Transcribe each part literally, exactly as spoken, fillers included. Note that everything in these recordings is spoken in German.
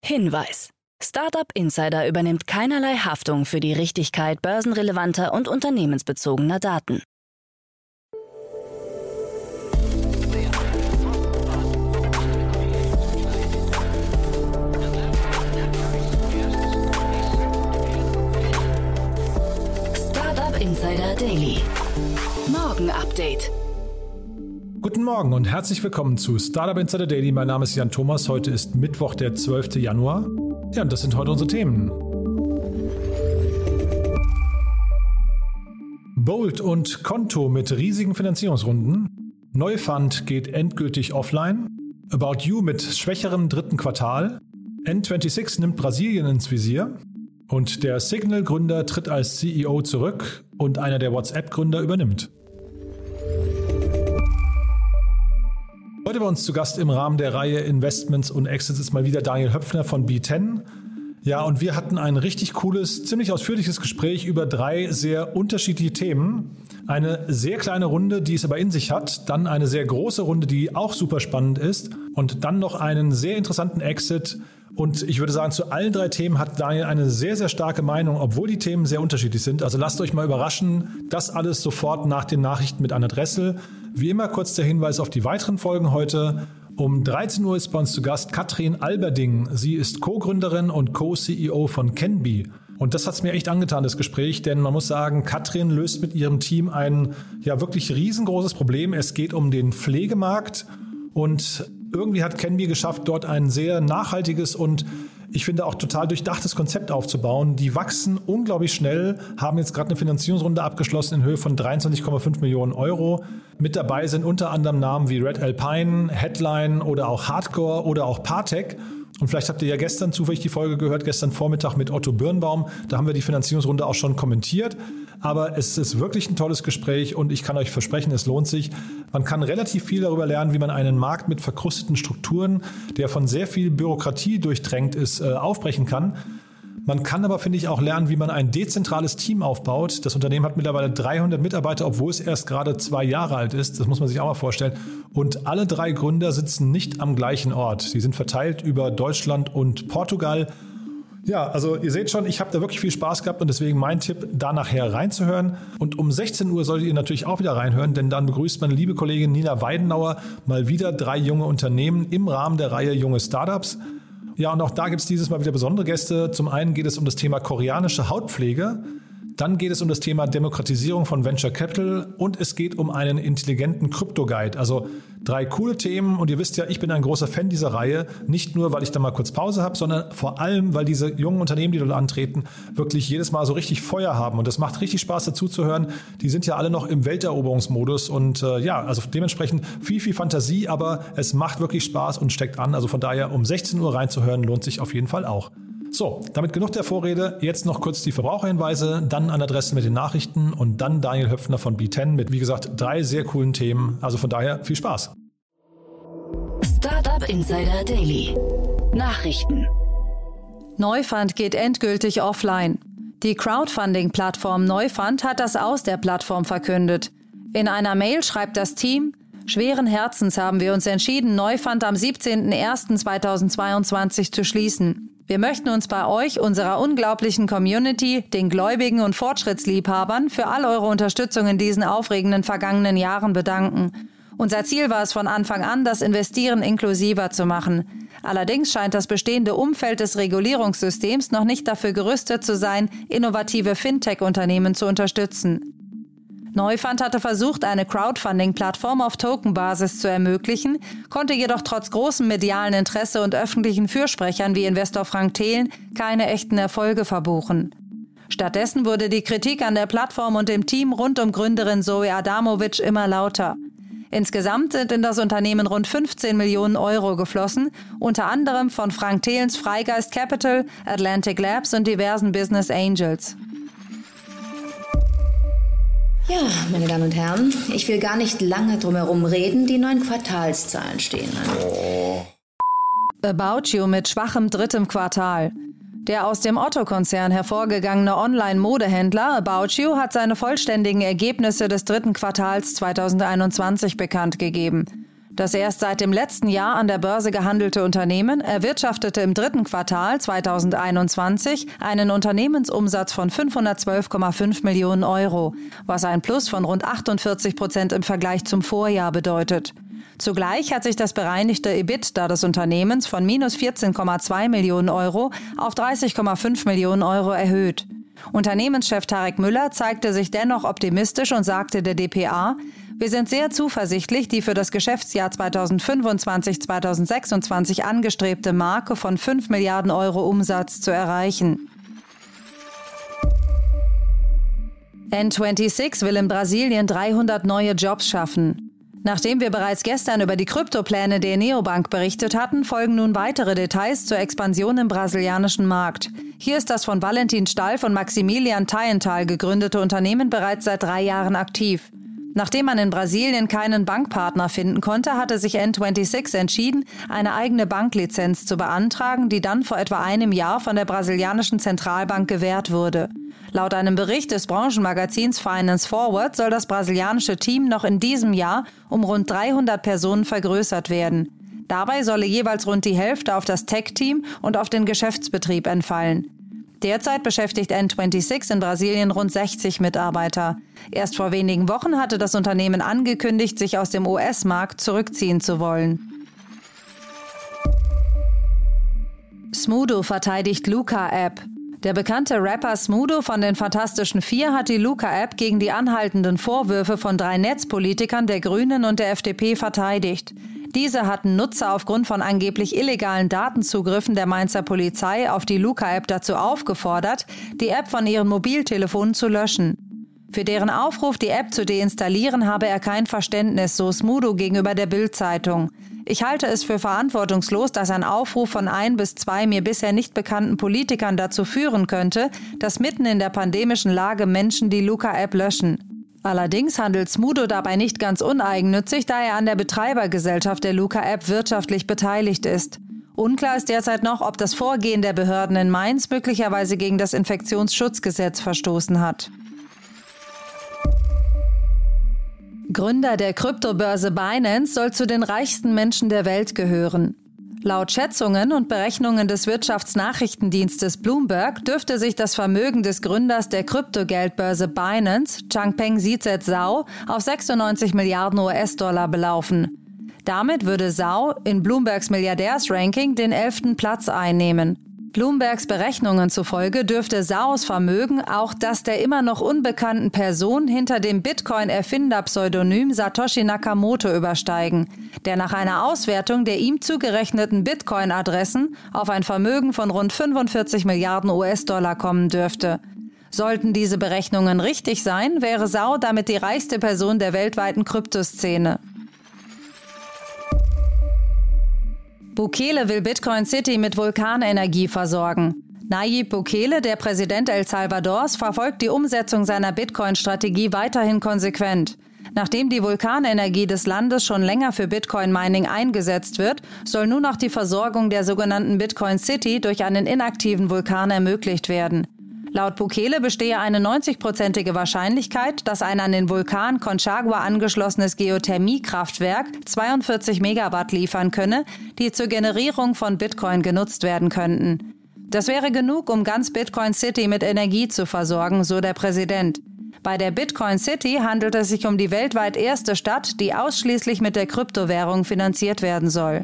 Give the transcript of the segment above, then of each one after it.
Hinweis: Startup Insider übernimmt keinerlei Haftung für die Richtigkeit börsenrelevanter und unternehmensbezogener Daten. Startup Insider Daily. Morgen Update. Guten Morgen und herzlich willkommen zu Startup Insider Daily. Mein Name ist Jan Thomas. Heute ist Mittwoch, der zwölfte Januar. Ja, und das sind heute unsere Themen. Bolt und Konto mit riesigen Finanzierungsrunden. Neufund geht endgültig offline. About You mit schwächerem dritten Quartal. N sechsundzwanzig nimmt Brasilien ins Visier. Und der Signal-Gründer tritt als C E O zurück und einer der WhatsApp-Gründer übernimmt. Heute bei uns zu Gast im Rahmen der Reihe Investments und Exits ist mal wieder Daniel Höpfner von B zehn. Ja, und wir hatten ein richtig cooles, ziemlich ausführliches Gespräch über drei sehr unterschiedliche Themen. Eine sehr kleine Runde, die es aber in sich hat, dann eine sehr große Runde, die auch super spannend ist und dann noch einen sehr interessanten Exit. Und ich würde sagen, zu allen drei Themen hat Daniel eine sehr, sehr starke Meinung, obwohl die Themen sehr unterschiedlich sind. Also lasst euch mal überraschen. Das alles sofort nach den Nachrichten mit Anna Dressel. Wie immer kurz der Hinweis auf die weiteren Folgen heute. Um dreizehn Uhr ist bei uns zu Gast Katrin Alberding. Sie ist Co-Gründerin und Co-C E O von Canby. Und das hat es mir echt angetan, das Gespräch, denn man muss sagen, Katrin löst mit ihrem Team ein ja wirklich riesengroßes Problem. Es geht um den Pflegemarkt und irgendwie hat Canby geschafft, dort ein sehr nachhaltiges und ich finde auch total durchdachtes Konzept aufzubauen. Die wachsen unglaublich schnell, haben jetzt gerade eine Finanzierungsrunde abgeschlossen in Höhe von dreiundzwanzig Komma fünf Millionen Euro. Mit dabei sind unter anderem Namen wie Red Alpine, Headline oder auch Hardcore oder auch Partec. Und vielleicht habt ihr ja gestern zufällig die Folge gehört, gestern Vormittag mit Otto Birnbaum. Da haben wir die Finanzierungsrunde auch schon kommentiert. Aber es ist wirklich ein tolles Gespräch und ich kann euch versprechen, es lohnt sich. Man kann relativ viel darüber lernen, wie man einen Markt mit verkrusteten Strukturen, der von sehr viel Bürokratie durchdrängt ist, aufbrechen kann. Man kann aber, finde ich, auch lernen, wie man ein dezentrales Team aufbaut. Das Unternehmen hat mittlerweile dreihundert Mitarbeiter, obwohl es erst gerade zwei Jahre alt ist. Das muss man sich auch mal vorstellen. Und alle drei Gründer sitzen nicht am gleichen Ort. Sie sind verteilt über Deutschland und Portugal. Ja, also ihr seht schon, ich habe da wirklich viel Spaß gehabt und deswegen mein Tipp, da nachher reinzuhören. Und um sechzehn Uhr solltet ihr natürlich auch wieder reinhören, denn dann begrüßt meine liebe Kollegin Nina Weidenauer mal wieder drei junge Unternehmen im Rahmen der Reihe Junge Startups. Ja, und auch da gibt es dieses Mal wieder besondere Gäste. Zum einen geht es um das Thema koreanische Hautpflege. Dann geht es um das Thema Demokratisierung von Venture Capital und es geht um einen intelligenten Krypto-Guide. Also drei coole Themen und ihr wisst ja, ich bin ein großer Fan dieser Reihe. Nicht nur, weil ich da mal kurz Pause habe, sondern vor allem, weil diese jungen Unternehmen, die dort antreten, wirklich jedes Mal so richtig Feuer haben. Und das macht richtig Spaß dazu zu hören. Die sind ja alle noch im Welteroberungsmodus und äh, ja, also dementsprechend viel, viel Fantasie, aber es macht wirklich Spaß und steckt an. Also von daher um sechzehn Uhr reinzuhören, lohnt sich auf jeden Fall auch. So, damit genug der Vorrede. Jetzt noch kurz die Verbraucherhinweise, dann an Adresse mit den Nachrichten und dann Daniel Höpfner von B zehn mit, wie gesagt, drei sehr coolen Themen. Also von daher viel Spaß. Startup Insider Daily. Nachrichten. Neufund geht endgültig offline. Die Crowdfunding-Plattform Neufund hat das Aus der Plattform verkündet. In einer Mail schreibt das Team: Schweren Herzens haben wir uns entschieden, Neufund am siebzehnten ersten zweitausendzweiundzwanzig zu schließen. Wir möchten uns bei euch, unserer unglaublichen Community, den Gläubigen und Fortschrittsliebhabern, für all eure Unterstützung in diesen aufregenden vergangenen Jahren bedanken. Unser Ziel war es von Anfang an, das Investieren inklusiver zu machen. Allerdings scheint das bestehende Umfeld des Regulierungssystems noch nicht dafür gerüstet zu sein, innovative Fintech-Unternehmen zu unterstützen. Neufund hatte versucht, eine Crowdfunding-Plattform auf Token-Basis zu ermöglichen, konnte jedoch trotz großem medialen Interesse und öffentlichen Fürsprechern wie Investor Frank Thelen keine echten Erfolge verbuchen. Stattdessen wurde die Kritik an der Plattform und dem Team rund um Gründerin Zoe Adamovic immer lauter. Insgesamt sind in das Unternehmen rund fünfzehn Millionen Euro geflossen, unter anderem von Frank Thelens Freigeist Capital, Atlantic Labs und diversen Business Angels. Ja, meine Damen und Herren, ich will gar nicht lange drum herum reden, die neuen Quartalszahlen stehen an. About You mit schwachem drittem Quartal. Der aus dem Otto-Konzern hervorgegangene Online-Modehändler About You hat seine vollständigen Ergebnisse des dritten Quartals zweitausendeinundzwanzig bekannt gegeben. Das erst seit dem letzten Jahr an der Börse gehandelte Unternehmen erwirtschaftete im dritten Quartal zweitausendeinundzwanzig einen Unternehmensumsatz von fünfhundertzwölf Komma fünf Millionen Euro, was ein Plus von rund achtundvierzig Prozent im Vergleich zum Vorjahr bedeutet. Zugleich hat sich das bereinigte EBITDA des Unternehmens von minus vierzehn Komma zwei Millionen Euro auf dreißig Komma fünf Millionen Euro erhöht. Unternehmenschef Tarek Müller zeigte sich dennoch optimistisch und sagte der D P A: Wir sind sehr zuversichtlich, die für das Geschäftsjahr zweitausendfünfundzwanzig zweitausendsechsundzwanzig angestrebte Marke von fünf Milliarden Euro Umsatz zu erreichen. N sechsundzwanzig will in Brasilien dreihundert neue Jobs schaffen. Nachdem wir bereits gestern über die Kryptopläne der Neobank berichtet hatten, folgen nun weitere Details zur Expansion im brasilianischen Markt. Hier ist das von Valentin Stalf und Maximilian Thayenthal gegründete Unternehmen bereits seit drei Jahren aktiv. Nachdem man in Brasilien keinen Bankpartner finden konnte, hatte sich N sechsundzwanzig entschieden, eine eigene Banklizenz zu beantragen, die dann vor etwa einem Jahr von der brasilianischen Zentralbank gewährt wurde. Laut einem Bericht des Branchenmagazins Finance Forward soll das brasilianische Team noch in diesem Jahr um rund dreihundert Personen vergrößert werden. Dabei solle jeweils rund die Hälfte auf das Tech-Team und auf den Geschäftsbetrieb entfallen. Derzeit beschäftigt N sechsundzwanzig in Brasilien rund sechzig Mitarbeiter. Erst vor wenigen Wochen hatte das Unternehmen angekündigt, sich aus dem U S-Markt zurückziehen zu wollen. Smudo verteidigt Luca-App. Der bekannte Rapper Smudo von den Fantastischen Vier hat die Luca-App gegen die anhaltenden Vorwürfe von drei Netzpolitikern der Grünen und der F D P verteidigt. Diese hatten Nutzer aufgrund von angeblich illegalen Datenzugriffen der Mainzer Polizei auf die Luca-App dazu aufgefordert, die App von ihren Mobiltelefonen zu löschen. Für deren Aufruf, die App zu deinstallieren, habe er kein Verständnis, so Smudo gegenüber der Bild-Zeitung. Ich halte es für verantwortungslos, dass ein Aufruf von ein bis zwei mir bisher nicht bekannten Politikern dazu führen könnte, dass mitten in der pandemischen Lage Menschen die Luca-App löschen. Allerdings handelt Smudo dabei nicht ganz uneigennützig, da er an der Betreibergesellschaft der Luca-App wirtschaftlich beteiligt ist. Unklar ist derzeit noch, ob das Vorgehen der Behörden in Mainz möglicherweise gegen das Infektionsschutzgesetz verstoßen hat. Gründer der Kryptobörse Binance soll zu den reichsten Menschen der Welt gehören. Laut Schätzungen und Berechnungen des Wirtschaftsnachrichtendienstes Bloomberg dürfte sich das Vermögen des Gründers der Kryptogeldbörse Binance, Changpeng Zizet Zhao, auf sechsundneunzig Milliarden U S-Dollar belaufen. Damit würde Zhao in Bloombergs Milliardärsranking den elften Platz einnehmen. Bloombergs Berechnungen zufolge dürfte Zhaos Vermögen auch das der immer noch unbekannten Person hinter dem Bitcoin-Erfinder-Pseudonym Satoshi Nakamoto übersteigen, der nach einer Auswertung der ihm zugerechneten Bitcoin-Adressen auf ein Vermögen von rund fünfundvierzig Milliarden U S-Dollar kommen dürfte. Sollten diese Berechnungen richtig sein, wäre Zhao damit die reichste Person der weltweiten Kryptoszene. Bukele will Bitcoin City mit Vulkanenergie versorgen. Nayib Bukele, der Präsident El Salvadors, verfolgt die Umsetzung seiner Bitcoin-Strategie weiterhin konsequent. Nachdem die Vulkanenergie des Landes schon länger für Bitcoin-Mining eingesetzt wird, soll nun auch die Versorgung der sogenannten Bitcoin City durch einen inaktiven Vulkan ermöglicht werden. Laut Bukele bestehe eine neunzigprozentige Wahrscheinlichkeit, dass ein an den Vulkan Conchagua angeschlossenes Geothermiekraftwerk zweiundvierzig Megawatt liefern könne, die zur Generierung von Bitcoin genutzt werden könnten. Das wäre genug, um ganz Bitcoin City mit Energie zu versorgen, so der Präsident. Bei der Bitcoin City handelt es sich um die weltweit erste Stadt, die ausschließlich mit der Kryptowährung finanziert werden soll.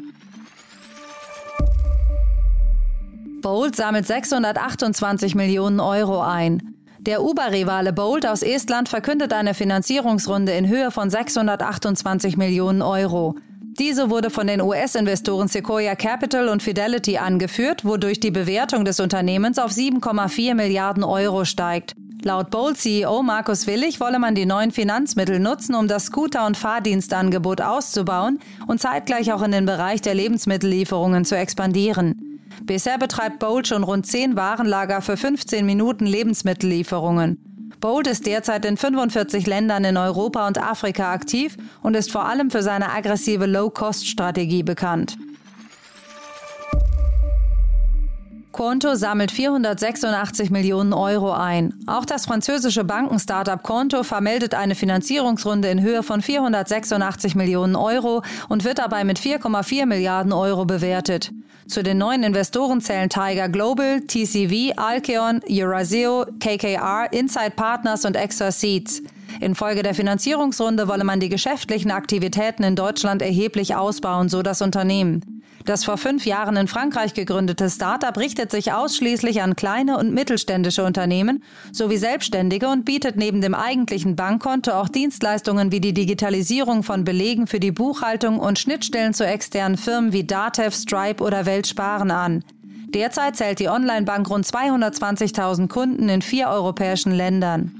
Bolt sammelt sechshundertachtundzwanzig Millionen Euro ein. Der Uber-Rivale Bolt aus Estland verkündet eine Finanzierungsrunde in Höhe von sechshundertachtundzwanzig Millionen Euro. Diese wurde von den U S-Investoren Sequoia Capital und Fidelity angeführt, wodurch die Bewertung des Unternehmens auf sieben Komma vier Milliarden Euro steigt. Laut Bolt-C E O Markus Willig wolle man die neuen Finanzmittel nutzen, um das Scooter- und Fahrdienstangebot auszubauen und zeitgleich auch in den Bereich der Lebensmittellieferungen zu expandieren. Bisher betreibt Bolt schon rund zehn Warenlager für fünfzehn Minuten Lebensmittellieferungen. Bolt ist derzeit in fünfundvierzig Ländern in Europa und Afrika aktiv und ist vor allem für seine aggressive Low-Cost-Strategie bekannt. Qonto sammelt vierhundertsechsundachtzig Millionen Euro ein. Auch das französische Banken-Startup Qonto vermeldet eine Finanzierungsrunde in Höhe von vierhundertsechsundachtzig Millionen Euro und wird dabei mit vier Komma vier Milliarden Euro bewertet. Zu den neuen Investoren zählen Tiger Global, T C V, Alkeon, Eurazeo, K K R, Inside Partners und Exor Seeds. Infolge der Finanzierungsrunde wolle man die geschäftlichen Aktivitäten in Deutschland erheblich ausbauen, so das Unternehmen. Das vor fünf Jahren in Frankreich gegründete Startup richtet sich ausschließlich an kleine und mittelständische Unternehmen sowie Selbstständige und bietet neben dem eigentlichen Bankkonto auch Dienstleistungen wie die Digitalisierung von Belegen für die Buchhaltung und Schnittstellen zu externen Firmen wie Datev, Stripe oder Weltsparen an. Derzeit zählt die Onlinebank rund zweihundertzwanzigtausend Kunden in vier europäischen Ländern.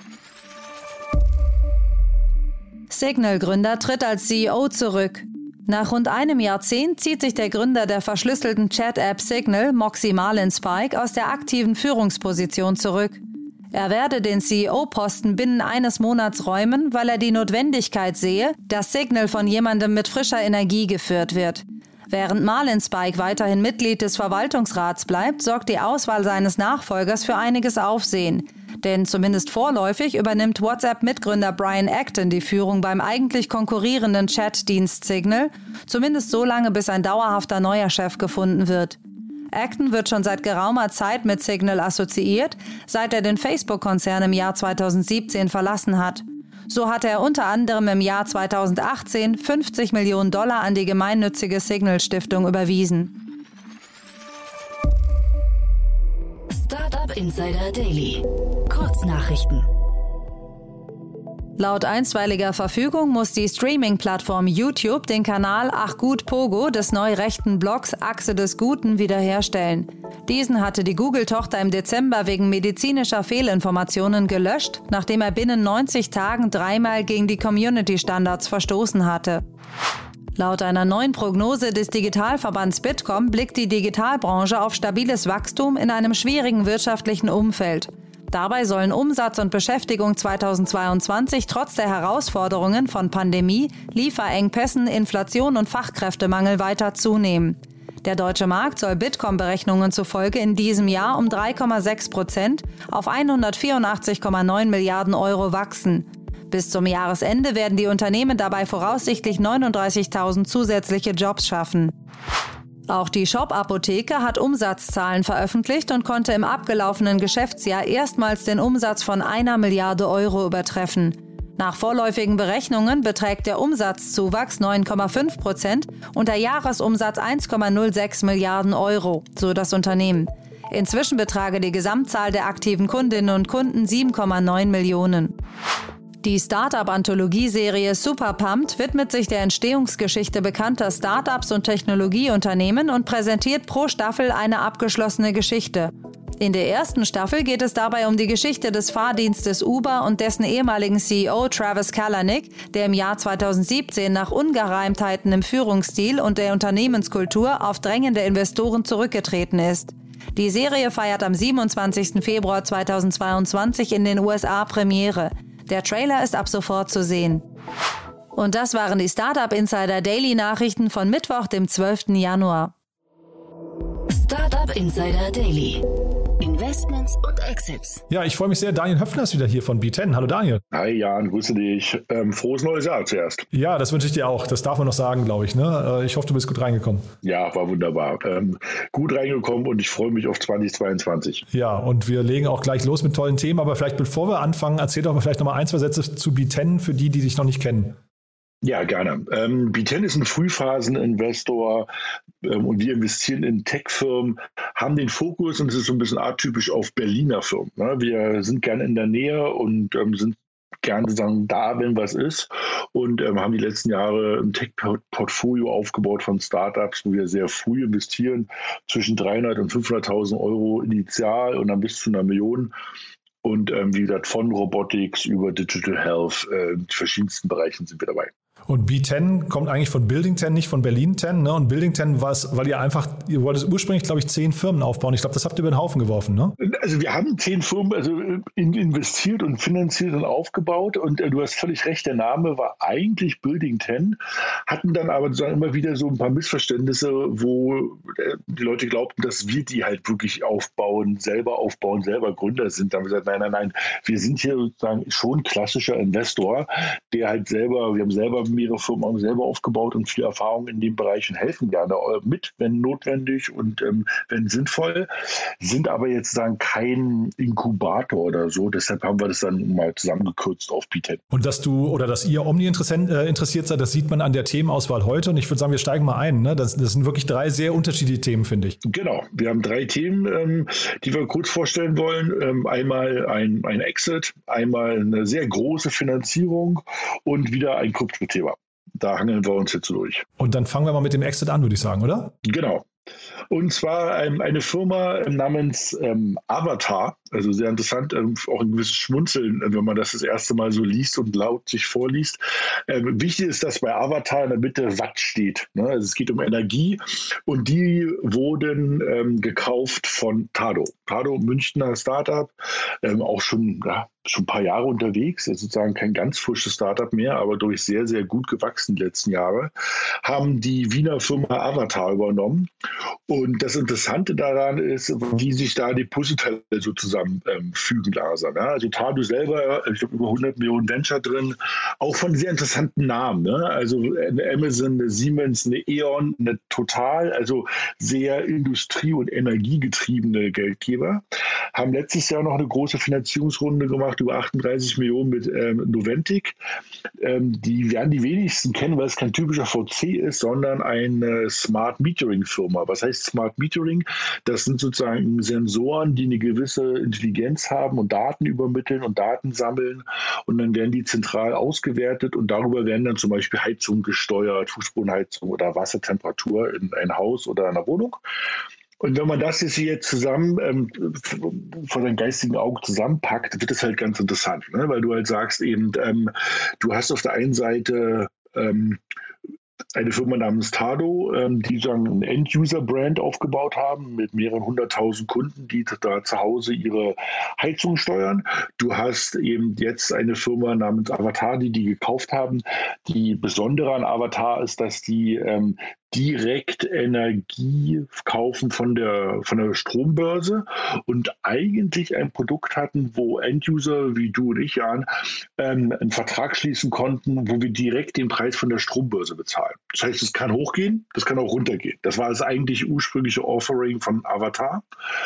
Signal-Gründer tritt als C E O zurück. Nach rund einem Jahrzehnt zieht sich der Gründer der verschlüsselten Chat-App Signal, Moxie Marlinspike, aus der aktiven Führungsposition zurück. Er werde den C E O-Posten binnen eines Monats räumen, weil er die Notwendigkeit sehe, dass Signal von jemandem mit frischer Energie geführt wird. Während Marlinspike weiterhin Mitglied des Verwaltungsrats bleibt, sorgt die Auswahl seines Nachfolgers für einiges Aufsehen. Denn zumindest vorläufig übernimmt WhatsApp-Mitgründer Brian Acton die Führung beim eigentlich konkurrierenden Chatdienst Signal, zumindest so lange, bis ein dauerhafter neuer Chef gefunden wird. Acton wird schon seit geraumer Zeit mit Signal assoziiert, seit er den Facebook-Konzern im Jahr zweitausendsiebzehn verlassen hat. So hatte er unter anderem im Jahr zweitausendachtzehn fünfzig Millionen Dollar an die gemeinnützige Signal-Stiftung überwiesen. Startup Insider Daily. Kurznachrichten. Laut einstweiliger Verfügung muss die Streaming-Plattform YouTube den Kanal Ach Gut Pogo des neu rechten Blogs Achse des Guten wiederherstellen. Diesen hatte die Google-Tochter im Dezember wegen medizinischer Fehlinformationen gelöscht, nachdem er binnen neunzig Tagen dreimal gegen die Community-Standards verstoßen hatte. Laut einer neuen Prognose des Digitalverbands Bitkom blickt die Digitalbranche auf stabiles Wachstum in einem schwierigen wirtschaftlichen Umfeld. Dabei sollen Umsatz und Beschäftigung zweitausendzweiundzwanzig trotz der Herausforderungen von Pandemie, Lieferengpässen, Inflation und Fachkräftemangel weiter zunehmen. Der deutsche Markt soll Bitkom-Berechnungen zufolge in diesem Jahr um drei Komma sechs Prozent auf hundertvierundachtzig Komma neun Milliarden Euro wachsen. Bis zum Jahresende werden die Unternehmen dabei voraussichtlich neununddreißigtausend zusätzliche Jobs schaffen. Auch die Shop-Apotheke hat Umsatzzahlen veröffentlicht und konnte im abgelaufenen Geschäftsjahr erstmals den Umsatz von einer Milliarde Euro übertreffen. Nach vorläufigen Berechnungen beträgt der Umsatzzuwachs neun Komma fünf Prozent und der Jahresumsatz eins Komma null sechs Milliarden Euro, so das Unternehmen. Inzwischen betrage die Gesamtzahl der aktiven Kundinnen und Kunden sieben Komma neun Millionen. Die Startup-Anthologie-Serie Super Pumped widmet sich der Entstehungsgeschichte bekannter Startups und Technologieunternehmen und präsentiert pro Staffel eine abgeschlossene Geschichte. In der ersten Staffel geht es dabei um die Geschichte des Fahrdienstes Uber und dessen ehemaligen C E O Travis Kalanick, der im Jahr zweitausendsiebzehn nach Ungereimtheiten im Führungsstil und der Unternehmenskultur auf Drängen der Investoren zurückgetreten ist. Die Serie feiert am siebenundzwanzigsten Februar zweitausendzweiundzwanzig in den U S A Premiere. Der Trailer ist ab sofort zu sehen. Und das waren die Startup Insider Daily Nachrichten von Mittwoch, dem zwölften Januar. Startup Insider Daily. Investments und Exits. Ja, ich freue mich sehr. Daniel Höpfner ist wieder hier von B zehn. Hallo Daniel. Hi Jan, grüße dich. Ähm, frohes neues Jahr zuerst. Ja, das wünsche ich dir auch. Das darf man noch sagen, glaube ich. Ne? Ich hoffe, du bist gut reingekommen. Ja, war wunderbar. Ähm, gut reingekommen und ich freue mich auf zweitausendzweiundzwanzig. Ja, und wir legen auch gleich los mit tollen Themen. Aber vielleicht bevor wir anfangen, erzähl doch mal vielleicht noch mal ein, zwei Sätze zu B zehn für die, die dich noch nicht kennen. Ja, gerne. Ähm, B zehn ist ein Frühphaseninvestor ähm, und wir investieren in Tech-Firmen, haben den Fokus, und es ist so ein bisschen atypisch, auf Berliner Firmen. Ne? Wir sind gerne in der Nähe und ähm, sind gerne sozusagen da, wenn was ist, und ähm, haben die letzten Jahre ein Tech-Portfolio aufgebaut von Startups, wo wir sehr früh investieren, zwischen dreihundert und fünfhunderttausend Euro initial und dann bis zu einer Million. Und ähm, wie gesagt, von Robotics über Digital Health, äh, in verschiedensten Bereichen sind wir dabei. Und B zehn kommt eigentlich von Building zehn, nicht von Berlin zehn. Ne? Und Building zehn war es, weil ihr einfach, ihr wolltet ursprünglich, glaube ich, zehn Firmen aufbauen. Ich glaube, das habt ihr über den Haufen geworfen, ne? Also wir haben zehn Firmen also in, investiert und finanziert und aufgebaut. Und äh, du hast völlig recht, der Name war eigentlich Building zehn, hatten dann aber sozusagen immer wieder so ein paar Missverständnisse, wo äh, die Leute glaubten, dass wir die halt wirklich aufbauen, selber aufbauen, selber Gründer sind. Da haben wir gesagt, nein, nein, nein, wir sind hier sozusagen schon klassischer Investor, der halt selber, wir haben selber mehrere Firmen auch selber aufgebaut und viel Erfahrung in dem Bereich und helfen gerne mit, wenn notwendig und ähm, wenn sinnvoll, sind aber jetzt sagen kein Inkubator oder so. Deshalb haben wir das dann mal zusammengekürzt auf B zehn. Und dass du oder dass ihr Omni äh, interessiert seid, das sieht man an der Themenauswahl heute. Und ich würde sagen, wir steigen mal ein. Ne? Das, das sind wirklich drei sehr unterschiedliche Themen, finde ich. Genau. Wir haben drei Themen, ähm, die wir kurz vorstellen wollen. Ähm, einmal ein, ein Exit, einmal eine sehr große Finanzierung und wieder ein Krypto-Thema. Da hangeln wir uns jetzt durch. Und dann fangen wir mal mit dem Exit an, würde ich sagen, oder? Genau. Und zwar ähm, eine Firma namens ähm, Avatar, also sehr interessant, ähm, auch ein gewisses Schmunzeln, wenn man das das erste Mal so liest und laut sich vorliest. Ähm, wichtig ist, dass bei Avatar in der Mitte Watt steht. Ne? Also es geht um Energie und die wurden ähm, gekauft von Tado. Tado, Münchner Startup, ähm, auch schon, ja, schon ein paar Jahre unterwegs, also sozusagen kein ganz frisches Startup mehr, aber durch sehr, sehr gut gewachsen die letzten Jahre, haben die Wiener Firma Avatar übernommen. Und das Interessante daran ist, wie sich da die Puzzleteile so zusammenfügen langsam. Ja? Also Tado selber, ich glaube über hundert Millionen Venture drin, auch von sehr interessanten Namen. Ne? Also eine Amazon, eine Siemens, eine E.ON, eine Total, also sehr industrie- und energiegetriebene Geldgeber. Haben letztes Jahr noch eine große Finanzierungsrunde gemacht, über achtunddreißig Millionen mit ähm, Noventic. Ähm, die werden die wenigsten kennen, weil es kein typischer V C ist, sondern eine Smart Metering Firma. Was heißt Smart Metering? Das sind sozusagen Sensoren, die eine gewisse Intelligenz haben und Daten übermitteln und Daten sammeln und dann werden die zentral ausgewertet und darüber werden dann zum Beispiel Heizung gesteuert, Fußbodenheizung oder Wassertemperatur in ein Haus oder einer Wohnung. Und wenn man das jetzt hier zusammen ähm, vor deinem geistigen Auge zusammenpackt, wird es halt ganz interessant, ne? Weil du halt sagst eben, ähm, du hast auf der einen Seite ähm, eine Firma namens Tado, ähm, die dann ein End-User-Brand aufgebaut haben mit mehreren hunderttausend Kunden, die da zu Hause ihre Heizung steuern. Du hast eben jetzt eine Firma namens Avatar, die die gekauft haben. Die Besondere an Avatar ist, dass die ähm, direkt Energie kaufen von der, von der Strombörse und eigentlich ein Produkt hatten, wo End-User wie du und ich, Jan, ähm, einen Vertrag schließen konnten, wo wir direkt den Preis von der Strombörse bezahlen. Das heißt, es kann hochgehen, das kann auch runtergehen. Das war das eigentlich ursprüngliche Offering von Avatar.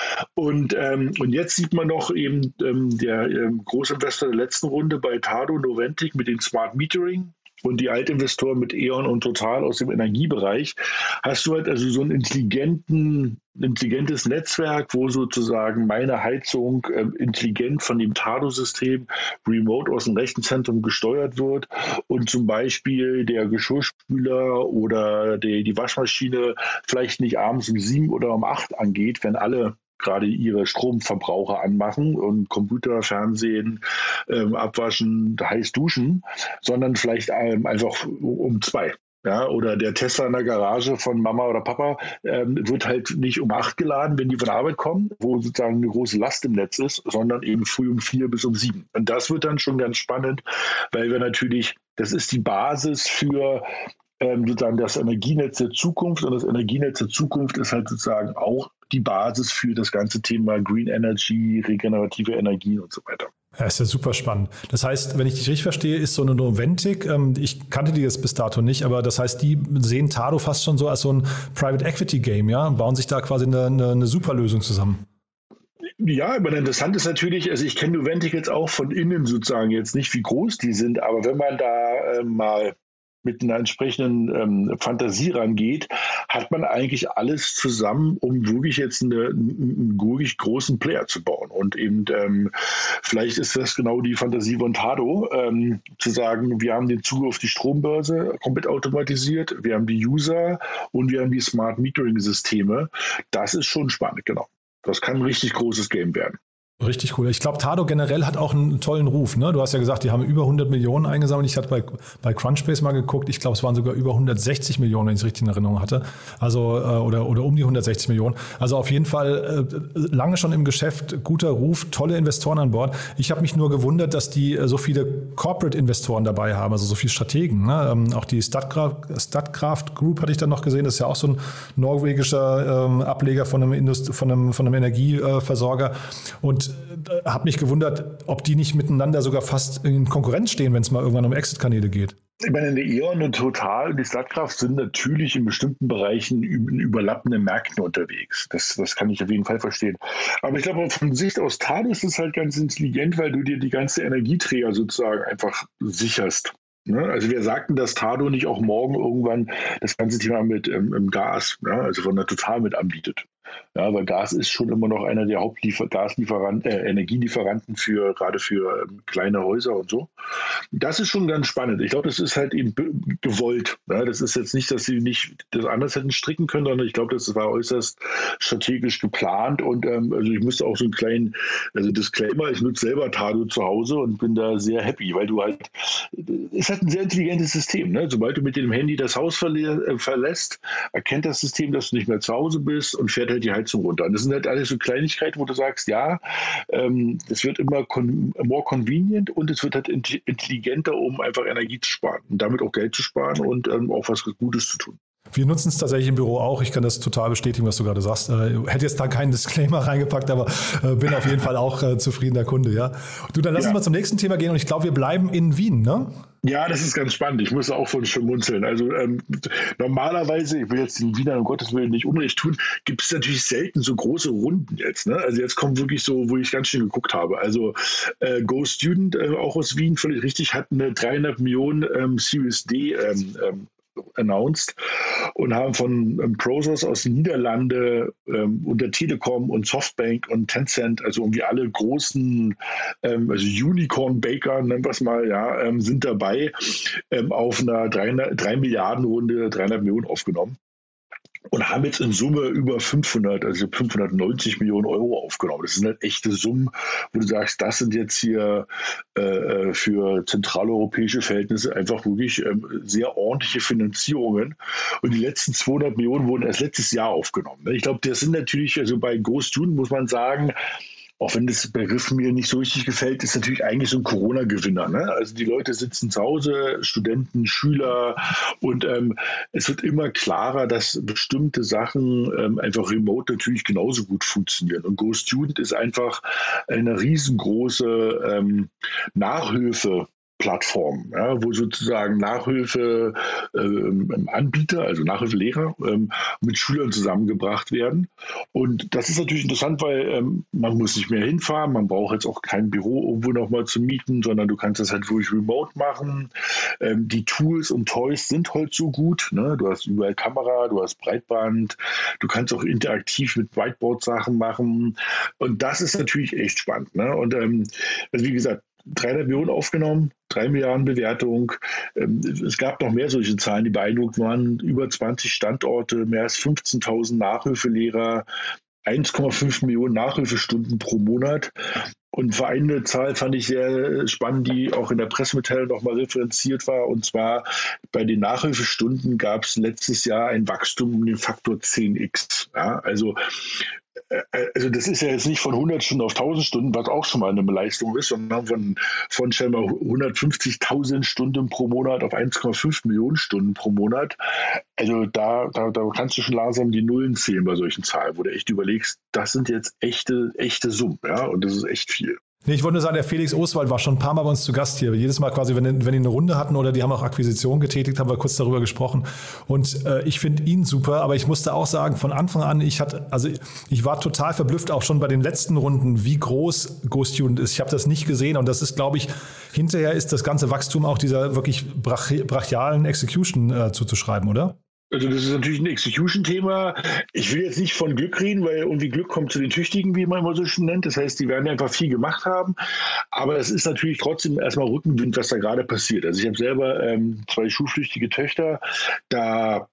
Und, ähm, und jetzt sieht man noch eben ähm, der ähm, Großinvestor der letzten Runde bei Tado, Noventic mit dem Smart Metering und die Altinvestoren mit E.ON und Total aus dem Energiebereich, hast du halt also so ein intelligenten, intelligentes Netzwerk, wo sozusagen meine Heizung äh, intelligent von dem Tado-System remote aus dem Rechenzentrum gesteuert wird und zum Beispiel der Geschirrspüler oder die, die Waschmaschine vielleicht nicht abends um sieben oder um acht angeht, wenn alle gerade ihre Stromverbraucher anmachen und Computer, Fernsehen, ähm, abwaschen, heiß duschen, sondern vielleicht ähm, einfach um zwei. Ja, oder der Tesla in der Garage von Mama oder Papa ähm, wird halt nicht um acht geladen, wenn die von der Arbeit kommen, wo sozusagen eine große Last im Netz ist, sondern eben früh um vier bis um sieben. Und das wird dann schon ganz spannend, weil wir natürlich, das ist die Basis für ähm, sozusagen das Energienetz der Zukunft und das Energienetz der Zukunft ist halt sozusagen auch die Basis für das ganze Thema Green Energy, regenerative Energien und so weiter. Ja, ist ja super spannend. Das heißt, wenn ich dich richtig verstehe, ist so eine Noventic, ähm, ich kannte die jetzt bis dato nicht, aber das heißt, die sehen Tado fast schon so als so ein Private Equity Game, ja, und bauen sich da quasi eine, eine, eine super Lösung zusammen. Ja, aber interessant ist natürlich, also ich kenne Noventic jetzt auch von innen sozusagen jetzt nicht, wie groß die sind, aber wenn man da äh, mal mit einer entsprechenden ähm, Fantasie rangeht, hat man eigentlich alles zusammen, um wirklich jetzt eine, einen wirklich großen Player zu bauen. Und eben ähm, vielleicht ist das genau die Fantasie von Tado, ähm, zu sagen, wir haben den Zugriff auf die Strombörse komplett automatisiert, wir haben die User und wir haben die Smart Metering Systeme. Das ist schon spannend, genau. Das kann ein richtig großes Game werden. Richtig cool. Ich glaube, Tado generell hat auch einen tollen Ruf. Ne? Du hast ja gesagt, die haben über hundert Millionen eingesammelt. Ich hatte bei, bei Crunchbase mal geguckt. Ich glaube, es waren sogar über hundertsechzig Millionen, wenn ich es richtig in Erinnerung hatte. Also, äh, oder, oder um die hundertsechzig Millionen. Also auf jeden Fall äh, lange schon im Geschäft, guter Ruf, tolle Investoren an Bord. Ich habe mich nur gewundert, dass die äh, so viele Corporate-Investoren dabei haben, also so viele Strategen. Ne? Ähm, auch die Statkraft, Statkraft Group hatte ich dann noch gesehen. Das ist ja auch so ein norwegischer ähm, Ableger von einem, Indust- von einem, von einem Energieversorger. Und habe mich gewundert, ob die nicht miteinander sogar fast in Konkurrenz stehen, wenn es mal irgendwann um Exit-Kanäle geht. Ich meine, eine E.ON und Total und die Statkraft sind natürlich in bestimmten Bereichen in überlappenden Märkten unterwegs. Das, das kann ich auf jeden Fall verstehen. Aber ich glaube, von Sicht aus Tado ist es halt ganz intelligent, weil du dir die ganze Energieträger sozusagen einfach sicherst. Also wir sagten, dass Tado nicht auch morgen irgendwann das ganze Thema mit ähm, Gas, ja, also von der Total mit anbietet. Ja, weil Gas ist schon immer noch einer der Hauptgaslieferanten, äh, Energielieferanten für gerade für ähm, kleine Häuser und so. Das ist schon ganz spannend. Ich glaube, das ist halt eben gewollt. Ja, das ist jetzt nicht, dass sie nicht das anders hätten stricken können, sondern ich glaube, das war äußerst strategisch geplant. Und ähm, also ich musste auch so einen kleinen, also Disclaimer, ich nutze selber Tado zu Hause und bin da sehr happy, weil du halt, es hat ein sehr intelligentes System. Ne? Sobald du mit dem Handy das Haus verle- äh, verlässt, erkennt das System, dass du nicht mehr zu Hause bist und fährt halt die Heizung runter. Und das sind halt alles so Kleinigkeiten, wo du sagst, ja, ähm, es wird immer con- more convenient und es wird halt intelligenter, um einfach Energie zu sparen und damit auch Geld zu sparen und ähm, auch was Gutes zu tun. Wir nutzen es tatsächlich im Büro auch. Ich kann das total bestätigen, was du gerade sagst. Äh, hätte jetzt da keinen Disclaimer reingepackt, aber äh, bin auf jeden Fall auch äh, zufriedener Kunde. Ja. Du, dann lass ja. uns mal zum nächsten Thema gehen und ich glaube, wir bleiben in Wien, ne? Ja, das ist ganz spannend. Ich muss auch von schmunzeln. Also ähm, normalerweise, ich will jetzt den Wienern um Gottes Willen nicht Unrecht tun, gibt es natürlich selten so große Runden jetzt. Ne? Also jetzt kommt wirklich so, wo ich ganz schön geguckt habe. Also äh, Go Student, äh, auch aus Wien, völlig richtig, hat eine dreihundert Millionen ähm, Series D ähm, ähm, announced und haben von ähm, Prosus aus den Niederlande ähm, unter Telekom und Softbank und Tencent, also irgendwie alle großen ähm, also Unicorn-Baker, nennen wir es mal, ja, ähm, sind dabei, ähm, auf einer drei Milliarden Runde dreihundert Millionen aufgenommen. Und haben jetzt in Summe über fünfhundert, also fünfhundertneunzig Millionen Euro aufgenommen. Das sind halt echte Summen, wo du sagst, das sind jetzt hier äh, für zentraleuropäische Verhältnisse einfach wirklich ähm, sehr ordentliche Finanzierungen. Und die letzten zweihundert Millionen wurden erst letztes Jahr aufgenommen. Ich glaube, das sind natürlich, also bei Go Student muss man sagen, auch wenn das Begriff mir nicht so richtig gefällt, ist natürlich eigentlich so ein Corona-Gewinner. Ne? Also die Leute sitzen zu Hause, Studenten, Schüler und ähm, es wird immer klarer, dass bestimmte Sachen ähm, einfach remote natürlich genauso gut funktionieren. Und Go Student ist einfach eine riesengroße ähm, Nachhilfe. Plattform, ja, wo sozusagen Nachhilfe ähm, Anbieter, also Nachhilfelehrer ähm, mit Schülern zusammengebracht werden. Und das ist natürlich interessant, weil ähm, man muss nicht mehr hinfahren, man braucht jetzt auch kein Büro irgendwo nochmal zu mieten, sondern du kannst das halt wirklich remote machen. Ähm, die Tools und Toys sind heute so gut. Ne? Du hast überall Kamera, du hast Breitband, du kannst auch interaktiv mit Whiteboard-Sachen machen. Und das ist natürlich echt spannend. Ne? Und ähm, also wie gesagt, dreihundert Millionen aufgenommen, drei Milliarden Bewertung. Es gab noch mehr solche Zahlen, die beeindruckend waren. Über zwanzig Standorte, mehr als fünfzehntausend Nachhilfelehrer, eins Komma fünf Millionen Nachhilfestunden pro Monat. Und für eine Zahl fand ich sehr spannend, die auch in der Pressemitteilung nochmal referenziert war. Und zwar bei den Nachhilfestunden gab es letztes Jahr ein Wachstum um den Faktor zehn x. Ja, also Also das ist ja jetzt nicht von hundert Stunden auf tausend Stunden, was auch schon mal eine Leistung ist, sondern von, von scheinbar hundertfünfzigtausend Stunden pro Monat auf eins Komma fünf Millionen Stunden pro Monat. Also da, da, da kannst du schon langsam die Nullen zählen bei solchen Zahlen, wo du echt überlegst, das sind jetzt echte, echte Summen, ja, und das ist echt viel. Nee, ich wollte nur sagen, der Felix Oswald war schon ein paar Mal bei uns zu Gast hier. Jedes Mal quasi, wenn, wenn die eine Runde hatten oder die haben auch Akquisitionen getätigt, haben wir kurz darüber gesprochen. Und äh, ich finde ihn super, aber ich musste auch sagen, von Anfang an, ich hatte, also ich war total verblüfft, auch schon bei den letzten Runden, wie groß Go Student ist. Ich habe das nicht gesehen und das ist, glaube ich, hinterher ist das ganze Wachstum auch dieser wirklich brach- brachialen Execution äh, zuzuschreiben, oder? Also das ist natürlich ein Execution-Thema. Ich will jetzt nicht von Glück reden, weil irgendwie Glück kommt zu den Tüchtigen, wie man immer so schön nennt. Das heißt, die werden einfach viel gemacht haben. Aber es ist natürlich trotzdem erstmal Rückenwind, was da gerade passiert. Also ich habe selber ähm, zwei schulpflichtige Töchter. Da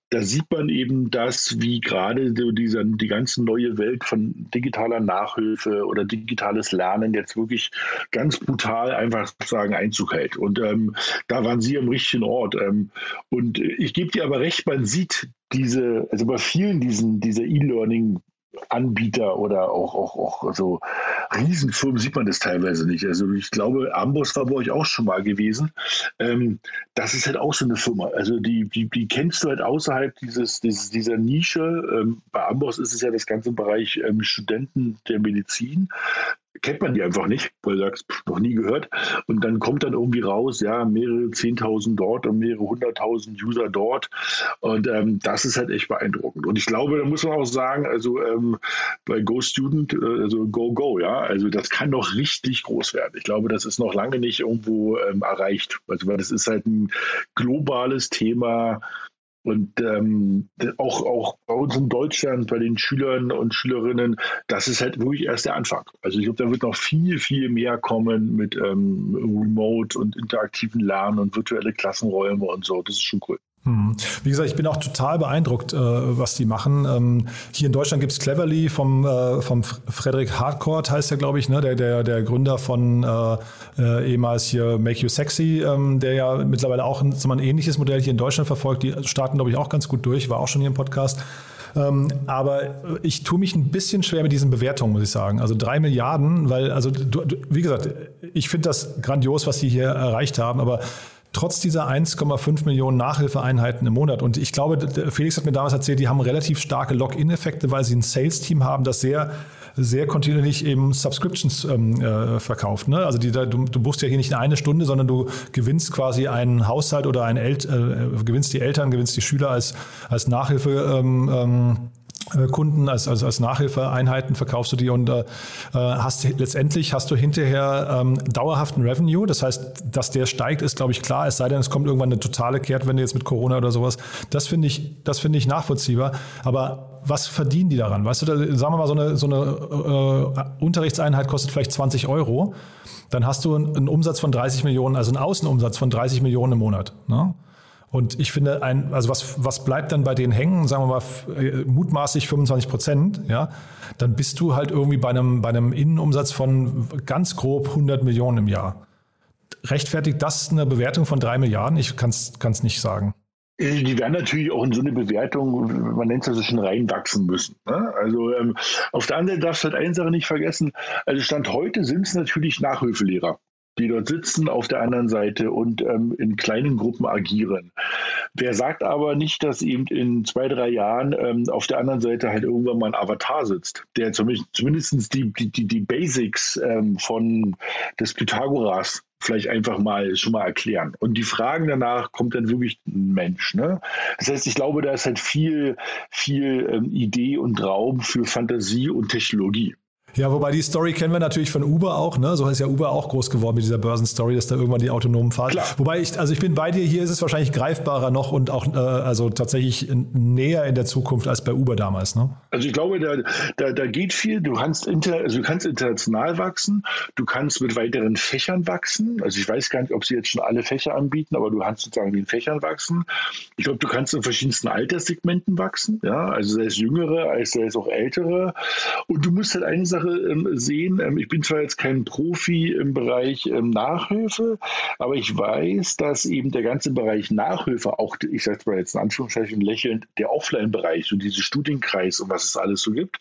da sieht man eben das, wie gerade so dieser, die ganze neue Welt von digitaler Nachhilfe oder digitales Lernen jetzt wirklich ganz brutal einfach sozusagen Einzug hält. Und ähm, da waren Sie am richtigen Ort. Ähm, und ich gebe dir aber recht, man sieht diese, also bei vielen diesen, dieser E-Learning Anbieter oder auch, auch, auch so Riesenfirmen sieht man das teilweise nicht. Also ich glaube, Amboss war bei euch auch schon mal gewesen. Ähm, das ist halt auch so eine Firma. Also die, die, die kennst du halt außerhalb dieses, dieses, dieser Nische. Ähm, bei Amboss ist es ja das ganze Bereich ähm, Studenten der Medizin. Kennt man die einfach nicht, weil du sagst, pff, noch nie gehört. Und dann kommt dann irgendwie raus, ja, mehrere Zehntausend dort und mehrere hunderttausend User dort. Und ähm, das ist halt echt beeindruckend. Und ich glaube, da muss man auch sagen, also ähm, bei GoStudent, äh, also Go Go, ja, also das kann noch richtig groß werden. Ich glaube, das ist noch lange nicht irgendwo ähm, erreicht. Also weil das ist halt ein globales Thema. Und ähm, auch, auch bei uns in Deutschland, bei den Schülern und Schülerinnen, das ist halt wirklich erst der Anfang. Also ich glaube, da wird noch viel, viel mehr kommen mit ähm, Remote und interaktiven Lernen und virtuelle Klassenräume und so. Das ist schon cool. Wie gesagt, ich bin auch total beeindruckt, äh, was die machen. Ähm, hier in Deutschland gibt es Cleverly vom, äh, vom Frederik Harcourt, heißt der, glaube ich, ne? der, der, der Gründer von äh, äh, ehemals hier Make You Sexy, ähm, der ja mittlerweile auch ein, so ein ähnliches Modell hier in Deutschland verfolgt. Die starten, glaube ich, auch ganz gut durch, war auch schon hier im Podcast. Ähm, aber ich tue mich ein bisschen schwer mit diesen Bewertungen, muss ich sagen. Also drei Milliarden, weil, also du, du, wie gesagt, ich finde das grandios, was die hier erreicht haben, aber trotz dieser eins Komma fünf Millionen Nachhilfeeinheiten im Monat. Und ich glaube, Felix hat mir damals erzählt, die haben relativ starke Login-Effekte, weil sie ein Sales-Team haben, das sehr, sehr kontinuierlich eben Subscriptions ähm, äh, verkauft. Ne? Also die, du, du buchst ja hier nicht eine Stunde, sondern du gewinnst quasi einen Haushalt oder ein El- äh, gewinnst die Eltern, gewinnst die Schüler als, als Nachhilfe ähm, ähm, Kunden, als, als, als Nachhilfeeinheiten verkaufst du die und äh, hast letztendlich hast du hinterher ähm, dauerhaften Revenue. Das heißt, dass der steigt, ist, glaube ich, klar. Es sei denn, es kommt irgendwann eine totale Kehrtwende jetzt mit Corona oder sowas. Das finde ich, das finde ich nachvollziehbar. Aber was verdienen die daran? Weißt du, da, sagen wir mal, so eine, so eine äh, Unterrichtseinheit kostet vielleicht zwanzig Euro. Dann hast du einen, einen Umsatz von dreißig Millionen, also einen Außenumsatz von dreißig Millionen im Monat. Ne? Und ich finde, ein, also was, was bleibt dann bei denen hängen, sagen wir mal mutmaßlich fünfundzwanzig Prozent, ja, dann bist du halt irgendwie bei einem, bei einem Innenumsatz von ganz grob hundert Millionen im Jahr. Rechtfertigt das eine Bewertung von drei Milliarden? Ich kann es nicht sagen. Die werden natürlich auch in so eine Bewertung, man nennt es also schon reinwachsen müssen. Ne? Also ähm, auf der anderen Seite darfst du halt eine Sache nicht vergessen, also Stand heute sind es natürlich Nachhilfelehrer, die dort sitzen auf der anderen Seite und ähm, in kleinen Gruppen agieren. Wer sagt aber nicht, dass eben in zwei, drei Jahren ähm, auf der anderen Seite halt irgendwann mal ein Avatar sitzt, der zumindest, zumindest die, die, die Basics ähm, von des Pythagoras vielleicht einfach mal schon mal erklären. Und die Fragen danach kommt dann wirklich ein Mensch. Ne? Das heißt, ich glaube, da ist halt viel, viel ähm, Idee und Raum für Fantasie und Technologie. Ja, wobei die Story kennen wir natürlich von Uber auch, ne? So ist ja Uber auch groß geworden mit dieser Börsenstory, dass da irgendwann die autonomen Fahren. Klar. Wobei ich, also ich bin bei dir, hier ist es wahrscheinlich greifbarer noch und auch äh, also tatsächlich näher in der Zukunft als bei Uber damals, ne? Also ich glaube, da, da, da geht viel. Du kannst, inter, also du kannst international wachsen, du kannst mit weiteren Fächern wachsen. Also ich weiß gar nicht, ob sie jetzt schon alle Fächer anbieten, aber du kannst sozusagen in Fächern wachsen. Ich glaube, du kannst in verschiedensten Alterssegmenten wachsen, ja, also sei es Jüngere, als sei es auch Ältere. Und du musst halt eine Sache sehen. Ich bin zwar jetzt kein Profi im Bereich Nachhilfe, aber ich weiß, dass eben der ganze Bereich Nachhilfe, auch, ich sage es mal jetzt in Anführungszeichen lächelnd, der Offline-Bereich, so diese Studienkreis und was es alles so gibt,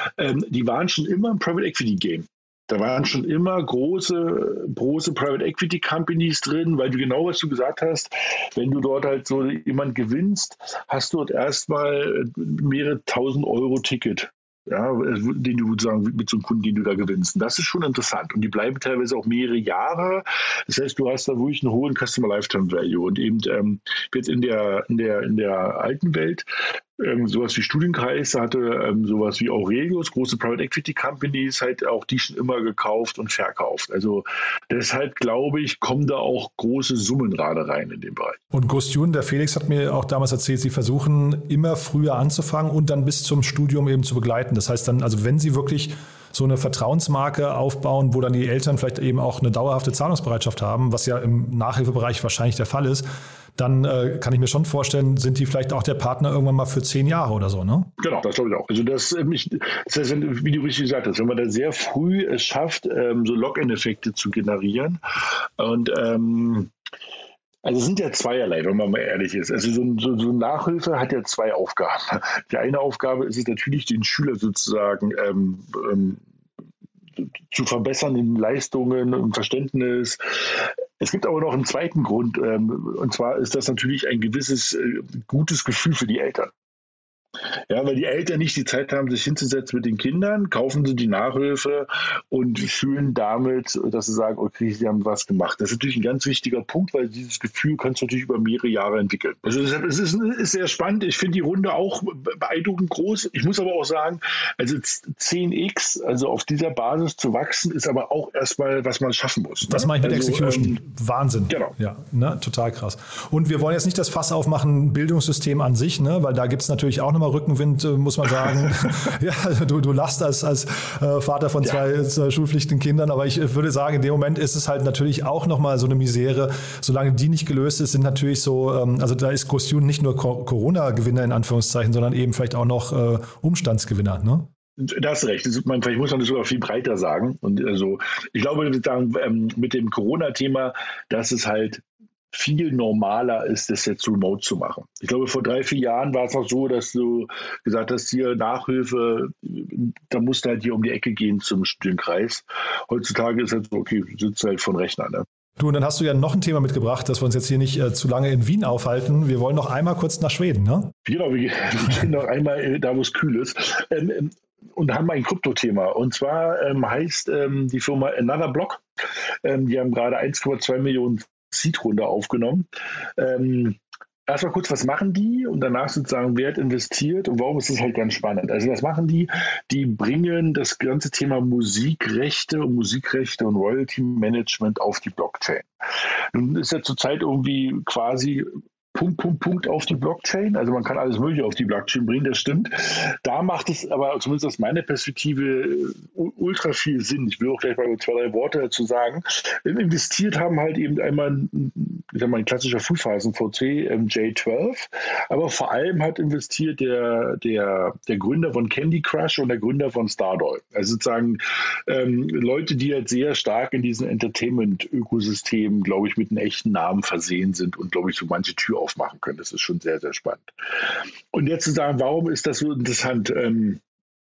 die waren schon immer ein Private Equity Game. Da waren schon immer große, große Private Equity Companies drin, weil du genau, was du gesagt hast, wenn du dort halt so jemand gewinnst, hast du dort erstmal mehrere tausend Euro Ticket. Ja, den du sozusagen mit so einem Kunden, den du da gewinnst. Und das ist schon interessant. Und die bleiben teilweise auch mehrere Jahre. Das heißt, du hast da wirklich einen hohen Customer Lifetime Value. Und eben ähm, jetzt in der, in der, in der alten Welt, ähm, sowas wie Studienkreis, da hatte ähm, sowas wie Aurelius, große Private Equity Companies, halt auch die schon immer gekauft und verkauft. Also deshalb, glaube ich, kommen da auch große Summen gerade rein in den Bereich. Und GoStudent, der Felix hat mir auch damals erzählt, sie versuchen immer früher anzufangen und dann bis zum Studium eben zu begleiten. Das heißt dann, also wenn sie wirklich so eine Vertrauensmarke aufbauen, wo dann die Eltern vielleicht eben auch eine dauerhafte Zahlungsbereitschaft haben, was ja im Nachhilfebereich wahrscheinlich der Fall ist, dann äh, kann ich mir schon vorstellen, sind die vielleicht auch der Partner irgendwann mal für zehn Jahre oder so, ne? Genau, das glaube ich auch. Also das, das heißt, wie du richtig gesagt hast, wenn man da sehr früh es schafft, ähm, so Lock-in-Effekte zu generieren und ähm, also es sind ja zweierlei, wenn man mal ehrlich ist. Also so, so, so Nachhilfe hat ja zwei Aufgaben. Die eine Aufgabe ist es natürlich, den Schüler sozusagen ähm, ähm, zu verbessern in Leistungen und Verständnis. Es gibt aber noch einen zweiten Grund, ähm, und zwar ist das natürlich ein gewisses äh, gutes Gefühl für die Eltern. Ja, weil die Eltern nicht die Zeit haben, sich hinzusetzen mit den Kindern, kaufen sie die Nachhilfe und fühlen damit, dass sie sagen, okay, sie haben was gemacht. Das ist natürlich ein ganz wichtiger Punkt, weil dieses Gefühl kannst du natürlich über mehrere Jahre entwickeln. Also es ist, ist sehr spannend. Ich finde die Runde auch beeindruckend groß. Ich muss aber auch sagen, also zehn x, also auf dieser Basis zu wachsen, ist aber auch erstmal, was man schaffen muss. Das ne? mache ich mit also, Execution. Ähm, Wahnsinn. Genau. Ja, ne, total krass. Und wir wollen jetzt nicht das Fass aufmachen, Bildungssystem an sich, ne, weil da gibt es natürlich auch nochmal Rückenwind, muss man sagen. Ja, du, du lachst als, als äh, Vater von zwei ja. schulpflichtigen Kindern, aber ich würde sagen, in dem Moment ist es halt natürlich auch nochmal so eine Misere. Solange die nicht gelöst ist, sind natürlich so, ähm, also da ist GoStudent nicht nur Co- Corona-Gewinner in Anführungszeichen, sondern eben vielleicht auch noch äh, Umstandsgewinner, ne? Da hast du recht. Das, man, vielleicht muss man das sogar viel breiter sagen. Und also, ich glaube, ähm, mit dem Corona-Thema, dass es halt viel normaler ist, das jetzt remote zu machen. Ich glaube, vor drei, vier Jahren war es noch so, dass du gesagt hast, hier Nachhilfe, da musst du halt hier um die Ecke gehen zum Studienkreis. Heutzutage ist halt so, okay, du sitzt halt von Rechner, ne? Du, und dann hast du ja noch ein Thema mitgebracht, dass wir uns jetzt hier nicht äh, zu lange in Wien aufhalten. Wir wollen noch einmal kurz nach Schweden, ne? Genau, wir, wir gehen noch einmal da, wo es kühl ist. Ähm, ähm, und haben ein Kryptothema. Und zwar ähm, heißt ähm, die Firma Another Block. Ähm, die haben gerade eins Komma zwei Millionen Seed-Runde aufgenommen. Ähm, erstmal kurz, was machen die? Und danach sozusagen, wer hat investiert und warum ist das halt ganz spannend? Also was machen die? Die bringen das ganze Thema Musikrechte und Musikrechte und Royalty-Management auf die Blockchain. Nun ist ja zurzeit irgendwie quasi Punkt, Punkt, Punkt auf die Blockchain. Also man kann alles Mögliche auf die Blockchain bringen, das stimmt. Da macht es aber zumindest aus meiner Perspektive ultra viel Sinn. Ich will auch gleich mal zwei, drei Worte dazu sagen. Investiert haben halt eben einmal, ich sag mal, ein klassischer Frühphasen-V C, J zwölf, aber vor allem hat investiert der, der, der Gründer von Candy Crush und der Gründer von Stardoll. Also sozusagen ähm, Leute, die halt sehr stark in diesem Entertainment-Ökosystem, glaube ich, mit einem echten Namen versehen sind und, glaube ich, so manche Tür aufmachen können. Das ist schon sehr, sehr spannend. Und jetzt zu sagen, warum ist das so interessant? Ähm,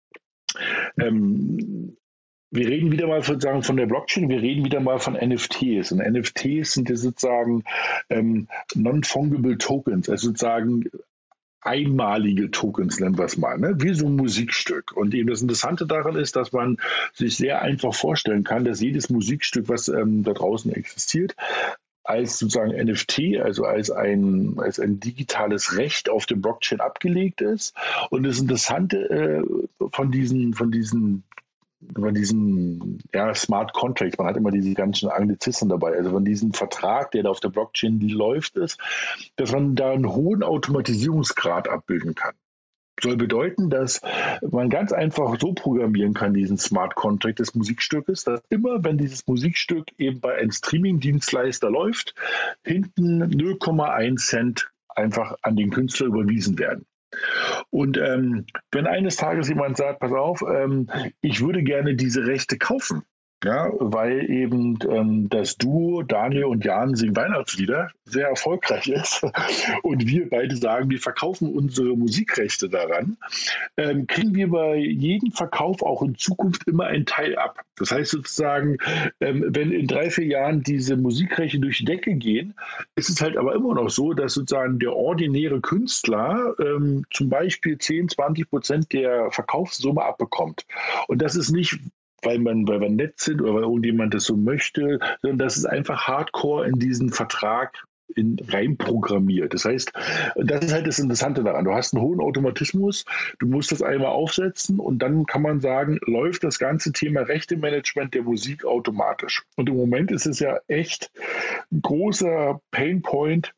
ähm, wir reden wieder mal sozusagen von der Blockchain, wir reden wieder mal von N F Ts. Und N F Ts sind ja sozusagen ähm, Non-Fungible Tokens, also sozusagen einmalige Tokens, nennen wir es mal, ne? Wie so ein Musikstück. Und eben das Interessante daran ist, dass man sich sehr einfach vorstellen kann, dass jedes Musikstück, was ähm, da draußen existiert, als sozusagen N F T, also als ein, als ein digitales Recht auf dem Blockchain abgelegt ist. Und das Interessante äh, von diesen, von diesen, von diesen ja, Smart Contracts, man hat immer diese ganzen Anglizismen dabei, also von diesem Vertrag, der da auf der Blockchain läuft, ist, dass man da einen hohen Automatisierungsgrad abbilden kann. Soll bedeuten, dass man ganz einfach so programmieren kann, diesen Smart Contract des Musikstückes, dass immer, wenn dieses Musikstück eben bei einem Streaming-Dienstleister läuft, hinten null Komma eins Cent einfach an den Künstler überwiesen werden. Und ähm, wenn eines Tages jemand sagt, pass auf, ähm, ich würde gerne diese Rechte kaufen, ja, weil eben ähm, das Duo Daniel und Jan singen Weihnachtslieder sehr erfolgreich ist und wir beide sagen, wir verkaufen unsere Musikrechte daran, ähm, kriegen wir bei jedem Verkauf auch in Zukunft immer einen Teil ab. Das heißt sozusagen, ähm, wenn in drei, vier Jahren diese Musikrechte durch die Decke gehen, ist es halt aber immer noch so, dass sozusagen der ordinäre Künstler ähm, zum Beispiel zehn, zwanzig Prozent der Verkaufssumme abbekommt. Und das ist nicht, weil man, weil wir nett sind oder weil irgendjemand das so möchte, sondern das ist einfach hardcore in diesen Vertrag in, reinprogrammiert. Das heißt, das ist halt das Interessante daran. Du hast einen hohen Automatismus, du musst das einmal aufsetzen und dann kann man sagen, läuft das ganze Thema Rechtemanagement der Musik automatisch. Und im Moment ist es ja echt ein großer Painpoint,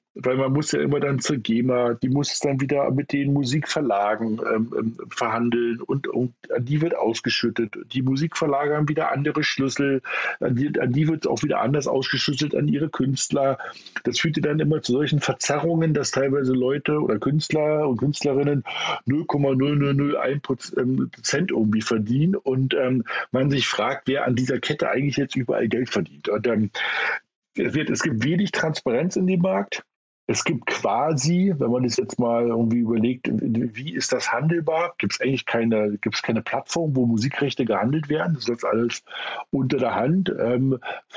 weil man muss ja immer dann zur GEMA, die muss es dann wieder mit den Musikverlagen ähm, verhandeln und, und an die wird ausgeschüttet. Die Musikverlage haben wieder andere Schlüssel, an die, an die wird es auch wieder anders ausgeschüttet, an ihre Künstler. Das führte dann immer zu solchen Verzerrungen, dass teilweise Leute oder Künstler und Künstlerinnen null Komma null null null eins Prozent irgendwie verdienen und ähm, man sich fragt, wer an dieser Kette eigentlich jetzt überall Geld verdient. Und ähm, es, wird, es gibt wenig Transparenz in dem Markt. Es gibt quasi, wenn man das jetzt mal irgendwie überlegt, wie ist das handelbar? Gibt es eigentlich keine, gibt es keine Plattform, wo Musikrechte gehandelt werden? Das ist jetzt alles unter der Hand ähm,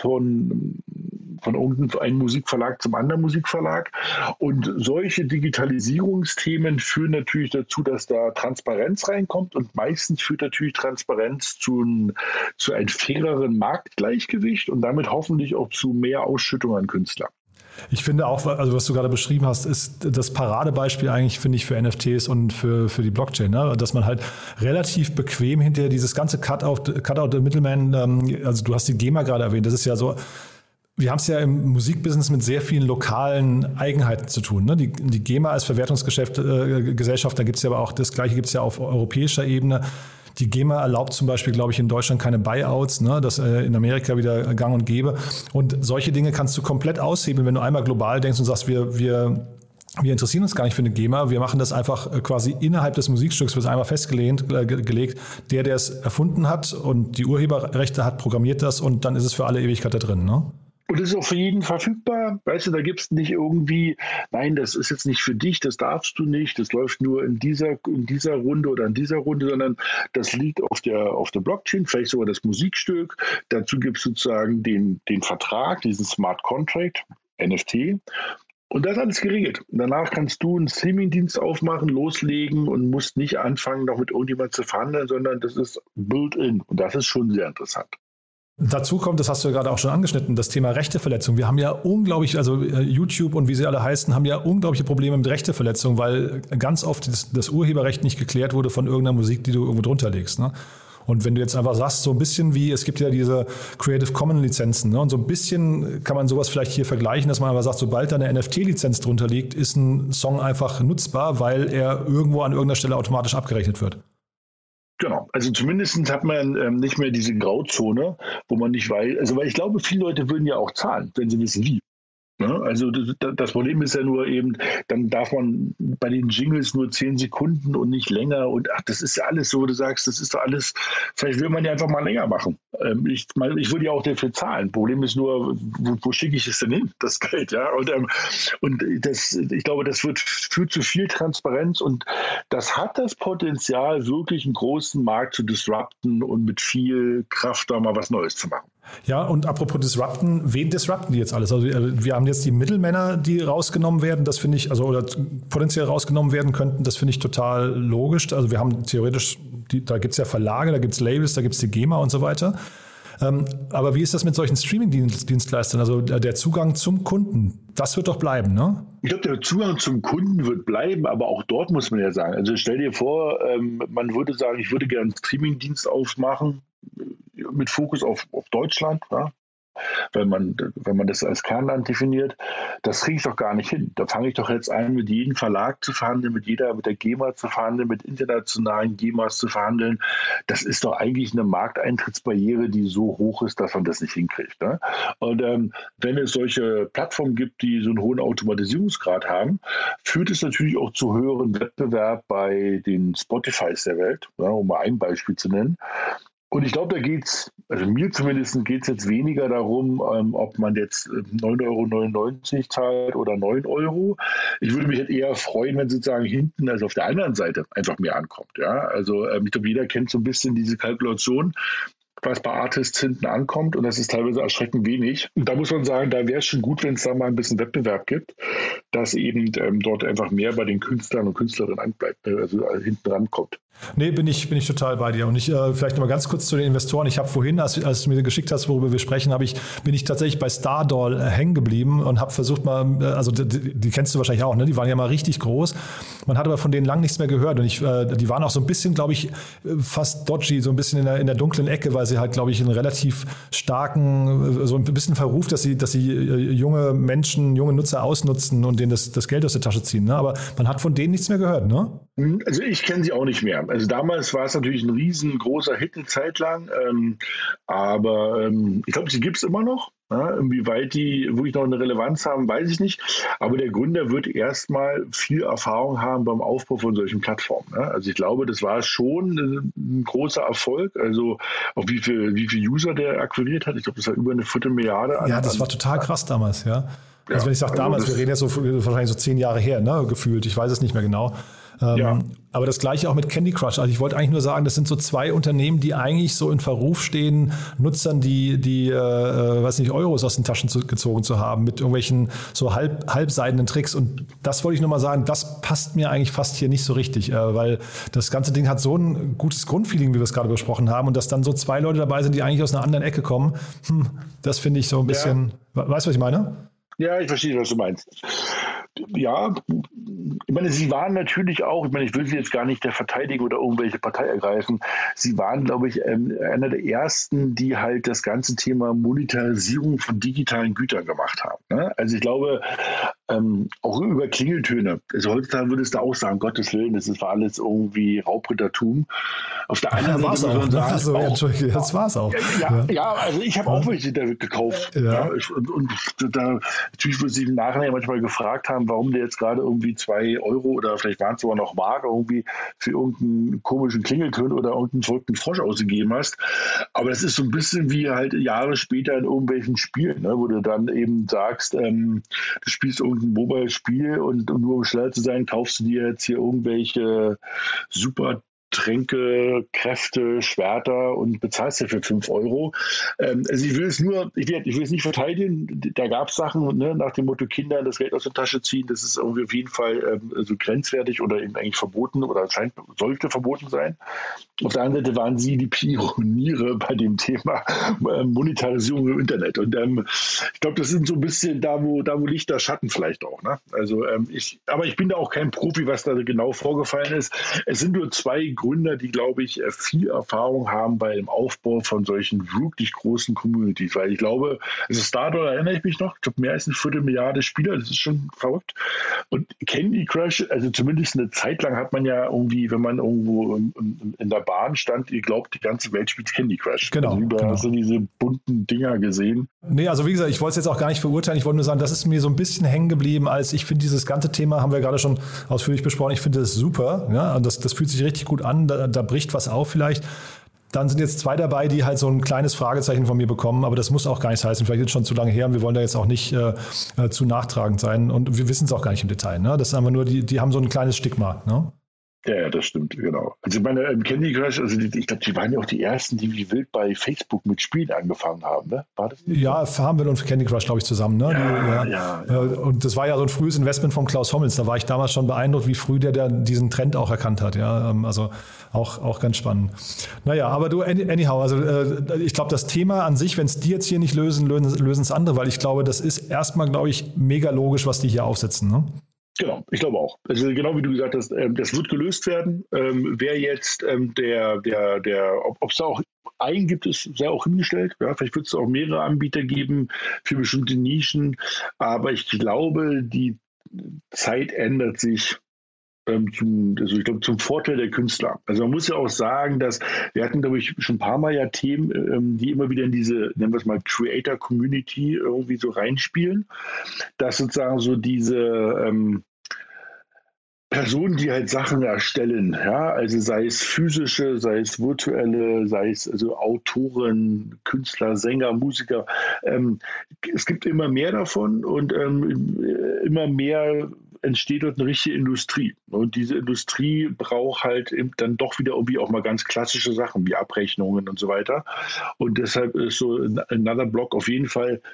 von, von irgendeinem Musikverlag zum anderen Musikverlag. Und solche Digitalisierungsthemen führen natürlich dazu, dass da Transparenz reinkommt und meistens führt natürlich Transparenz zu, ein, zu einem faireren Marktgleichgewicht und damit hoffentlich auch zu mehr Ausschüttung an Künstler. Ich finde auch, also was du gerade beschrieben hast, ist das Paradebeispiel eigentlich, finde ich, für N F Ts und für, für die Blockchain, ne? Dass man halt relativ bequem hinterher dieses ganze Cutout, Cutout der Middleman, ähm, also du hast die GEMA gerade erwähnt, das ist ja so, wir haben es ja im Musikbusiness mit sehr vielen lokalen Eigenheiten zu tun. Ne? Die, die GEMA als Verwertungsgeschäft, äh, Gesellschaft, da gibt es ja aber auch, das Gleiche gibt es ja auf europäischer Ebene. Die GEMA erlaubt zum Beispiel, glaube ich, in Deutschland keine Buyouts, ne? Das äh, in Amerika wieder gang und gäbe. Und solche Dinge kannst du komplett aushebeln, wenn du einmal global denkst und sagst, wir, wir, wir interessieren uns gar nicht für eine GEMA, wir machen das einfach äh, quasi innerhalb des Musikstücks, wird einmal festgelegt, äh, gelegt. Der, der es erfunden hat und die Urheberrechte hat, programmiert das und dann ist es für alle Ewigkeit da drin, ne? Und das ist auch für jeden verfügbar. Weißt du, da gibt es nicht irgendwie, nein, das ist jetzt nicht für dich, das darfst du nicht, das läuft nur in dieser, in dieser Runde oder in dieser Runde, sondern das liegt auf der, auf der Blockchain, vielleicht sogar das Musikstück. Dazu gibt es sozusagen den, den Vertrag, diesen Smart Contract, N F T. Und das ist alles geregelt. Und danach kannst du einen Streamingdienst aufmachen, loslegen und musst nicht anfangen, noch mit irgendjemand zu verhandeln, sondern das ist built-in. Und das ist schon sehr interessant. Dazu kommt, das hast du ja gerade auch schon angeschnitten, das Thema Rechteverletzung. Wir haben ja unglaublich, also YouTube und wie sie alle heißen, haben ja unglaubliche Probleme mit Rechteverletzung, weil ganz oft das, das Urheberrecht nicht geklärt wurde von irgendeiner Musik, die du irgendwo drunter legst, ne? Und wenn du jetzt einfach sagst, so ein bisschen wie, es gibt ja diese Creative Commons Lizenzen, ne? Und so ein bisschen kann man sowas vielleicht hier vergleichen, dass man einfach sagt, sobald da eine N F T-Lizenz drunter liegt, ist ein Song einfach nutzbar, weil er irgendwo an irgendeiner Stelle automatisch abgerechnet wird. Genau, also zumindest hat man ähm, nicht mehr diese Grauzone, wo man nicht weiß, also weil ich glaube, viele Leute würden ja auch zahlen, wenn sie wissen wie. Ne? Also das, das Problem ist ja nur eben, dann darf man bei den Jingles nur zehn Sekunden und nicht länger und ach, das ist ja alles so, wo du sagst, das ist doch alles, vielleicht will man ja einfach mal länger machen. Ähm, ich, mein, ich würde ja auch dafür zahlen. Problem ist nur, wo, wo schicke ich es denn hin, das Geld, ja? Und, ähm, und das, ich glaube, das wird, führt zu viel Transparenz und das hat das Potenzial, wirklich einen großen Markt zu disrupten und mit viel Kraft da mal was Neues zu machen. Ja, und apropos disrupten, wen disrupten die jetzt alles? Also wir haben jetzt die Mittelmänner, die rausgenommen werden, das finde ich, also oder potenziell rausgenommen werden könnten, das finde ich total logisch. Also wir haben theoretisch, die, da gibt es ja Verlage, da gibt es Labels, da gibt es die GEMA und so weiter. Ähm, aber wie ist das mit solchen Streaming-Dienstleistern? Also der Zugang zum Kunden, das wird doch bleiben, ne? Ich glaube, der Zugang zum Kunden wird bleiben, aber auch dort muss man ja sagen, also stell dir vor, ähm, man würde sagen, ich würde gerne einen Streaming-Dienst aufmachen, mit Fokus auf, auf Deutschland, ja? Wenn man, wenn man das als Kernland definiert, das kriege ich doch gar nicht hin. Da fange ich doch jetzt an, mit jedem Verlag zu verhandeln, mit jeder, mit der GEMA zu verhandeln, mit internationalen GEMAs zu verhandeln. Das ist doch eigentlich eine Markteintrittsbarriere, die so hoch ist, dass man das nicht hinkriegt. Ne? Und ähm, wenn es solche Plattformen gibt, die so einen hohen Automatisierungsgrad haben, führt es natürlich auch zu höheren Wettbewerb bei den Spotifys der Welt, ja, um mal ein Beispiel zu nennen. Und ich glaube, da geht es, also mir zumindest geht es jetzt weniger darum, ähm, ob man jetzt neun Euro neunundneunzig zahlt oder neun Euro. Ich würde mich halt eher freuen, wenn sozusagen hinten, also auf der anderen Seite, einfach mehr ankommt. Ja? Also ähm, ich glaube, jeder kennt so ein bisschen diese Kalkulation, was bei Artists hinten ankommt und das ist teilweise erschreckend wenig. Und da muss man sagen, da wäre es schon gut, wenn es da mal ein bisschen Wettbewerb gibt, dass eben ähm, dort einfach mehr bei den Künstlern und Künstlerinnen anbleibt, also hinten rankommt. Nee, bin ich, bin ich total bei dir. Und ich äh, vielleicht noch mal ganz kurz zu den Investoren. Ich habe vorhin, als, als du mir geschickt hast, worüber wir sprechen, habe ich, bin ich tatsächlich bei Stardoll äh, hängen geblieben und habe versucht mal, äh, also die, die kennst du wahrscheinlich auch, ne? Die waren ja mal richtig groß. Man hat aber von denen lang nichts mehr gehört. Und ich, äh, die waren auch so ein bisschen, glaube ich, fast dodgy, so ein bisschen in der, in der dunklen Ecke, weil sie halt, glaube ich, einen relativ starken, so ein bisschen Verruf, dass sie, dass sie junge Menschen, junge Nutzer ausnutzen und denen das, das Geld aus der Tasche ziehen. Ne? Aber man hat von denen nichts mehr gehört, ne? Also ich kenne sie auch nicht mehr. Also damals war es natürlich ein riesengroßer Hit eine Zeit lang, ähm, aber ähm, ich glaube, sie gibt es immer noch. Ja, inwieweit die wirklich noch eine Relevanz haben, weiß ich nicht. Aber der Gründer wird erstmal viel Erfahrung haben beim Aufbau von solchen Plattformen. Ja. Also ich glaube, das war schon ein großer Erfolg. Also auf wie viel, wie viel User der akquiriert hat. Ich glaube, das war über eine Viertelmilliarde. Ja, das war total krass damals, ja. Also ja, wenn ich sage damals, also wir reden jetzt so wahrscheinlich so zehn Jahre her, ne, gefühlt. Ich weiß es nicht mehr genau. Ähm, ja. Aber das Gleiche auch mit Candy Crush. Also ich wollte eigentlich nur sagen, das sind so zwei Unternehmen, die eigentlich so in Verruf stehen, Nutzern, die, die äh, weiß nicht, Euros aus den Taschen zu, gezogen zu haben, mit irgendwelchen so halb, halbseidenen Tricks. Und das wollte ich nur mal sagen, das passt mir eigentlich fast hier nicht so richtig, äh, weil das ganze Ding hat so ein gutes Grundfeeling, wie wir es gerade besprochen haben. Und dass dann so zwei Leute dabei sind, die eigentlich aus einer anderen Ecke kommen, hm, das finde ich so ein bisschen, ja. Weißt du, was ich meine? Ja, ich verstehe, was du meinst. Ja, ich meine, sie waren natürlich auch, ich meine, ich will sie jetzt gar nicht der verteidigen oder irgendwelche Partei ergreifen, sie waren, glaube ich, einer der ersten, die halt das ganze Thema Monetarisierung von digitalen Gütern gemacht haben. Ne? Also ich glaube, ähm, auch über Klingeltöne, also heutzutage würdest du auch sagen, Gottes Willen, das war alles irgendwie Raubrittertum. Auf der anderen ja, Seite muss man sagen, also, auch, Entschuldigung, das war's auch. Ja, ja. ja also ich habe auch welche da gekauft. Ja. Ja, und, und da natürlich würde sich im Nachhinein manchmal gefragt haben, warum der jetzt gerade irgendwie zwei Euro oder vielleicht waren es sogar noch Mark irgendwie für irgendeinen komischen Klingelton oder irgendeinen verrückten Frosch ausgegeben hast. Aber das ist so ein bisschen wie halt Jahre später in irgendwelchen Spielen, ne, wo du dann eben sagst, ähm, du spielst irgendein Mobile-Spiel und, und nur um schneller zu sein, kaufst du dir jetzt hier irgendwelche super Tränke, Kräfte, Schwerter und bezahlst dafür fünf Euro. Ähm, also ich will es nur, ich will, ich will es nicht verteidigen, da gab es Sachen, ne, nach dem Motto Kindern das Geld aus der Tasche ziehen, das ist irgendwie auf jeden Fall ähm, so grenzwertig oder eben eigentlich verboten oder scheint, sollte verboten sein. Auf der anderen Seite waren sie die Pioniere bei dem Thema äh, Monetarisierung im Internet und ähm, ich glaube, das sind so ein bisschen da, wo, da, wo Licht, da Schatten vielleicht auch. Ne? Also ähm, ich, aber ich bin da auch kein Profi, was da genau vorgefallen ist. Es sind nur zwei Gründer, die, glaube ich, viel Erfahrung haben bei dem Aufbau von solchen wirklich großen Communities. Weil ich glaube, also Stardoll, erinnere ich mich noch, ich glaube, mehr als eine Viertelmilliarde Spieler, das ist schon verrückt. Und Candy Crush, also zumindest eine Zeit lang hat man ja irgendwie, wenn man irgendwo in, in, in der Bahn stand, ihr glaubt, die ganze Welt spielt Candy Crush. Genau. Also über genau. so diese bunten Dinger gesehen. Nee, also wie gesagt, ich wollte es jetzt auch gar nicht verurteilen. Ich wollte nur sagen, das ist mir so ein bisschen hängen geblieben, als ich finde, dieses ganze Thema haben wir gerade schon ausführlich besprochen. Ich finde das super. Ja, und das, das fühlt sich richtig gut an. Da, da bricht was auf vielleicht. Dann sind jetzt zwei dabei, die halt so ein kleines Fragezeichen von mir bekommen, aber das muss auch gar nichts heißen. Vielleicht ist es schon zu lange her und wir wollen da jetzt auch nicht äh, zu nachtragend sein und wir wissen es auch gar nicht im Detail. Ne? Das ist einfach nur, die, die haben so ein kleines Stigma. Ne? Ja, ja, das stimmt, genau. Also ich meine, Candy Crush, also die, ich glaube, die waren ja auch die ersten, die wie wild bei Facebook mit Spielen angefangen haben, ne? War das nicht? Ja, Farmville und Candy Crush, glaube ich, zusammen. Ne? Ja, die, ja, ja, ja. Und das war ja so ein frühes Investment von Klaus Hommels. Da war ich damals schon beeindruckt, wie früh der, der diesen Trend auch erkannt hat. Ja, also auch, auch ganz spannend. Naja, aber du, anyhow, also ich glaube, das Thema an sich, wenn es die jetzt hier nicht lösen, lösen es andere, weil ich glaube, das ist erstmal, glaube ich, mega logisch, was die hier aufsetzen, ne? Genau, ich glaube auch. Also genau wie du gesagt hast, ähm, das wird gelöst werden. Ähm, wer jetzt ähm, der, der, der, ob es da auch einen gibt, ist sehr auch hingestellt. Ja, vielleicht wird es auch mehrere Anbieter geben für bestimmte Nischen. Aber ich glaube, die Zeit ändert sich. Ähm, zum, also ich glaube, zum Vorteil der Künstler. Also man muss ja auch sagen, dass wir hatten, glaube ich, schon ein paar Mal ja Themen, ähm, die immer wieder in diese, nennen wir es mal, Creator-Community irgendwie so reinspielen, dass sozusagen so diese ähm, Personen, die halt Sachen erstellen, ja, also sei es physische, sei es virtuelle, sei es also Autoren, Künstler, Sänger, Musiker, ähm, es gibt immer mehr davon und ähm, immer mehr entsteht dort eine richtige Industrie. Und diese Industrie braucht halt eben dann doch wieder irgendwie auch mal ganz klassische Sachen wie Abrechnungen und so weiter. Und deshalb ist so Another Block auf jeden Fall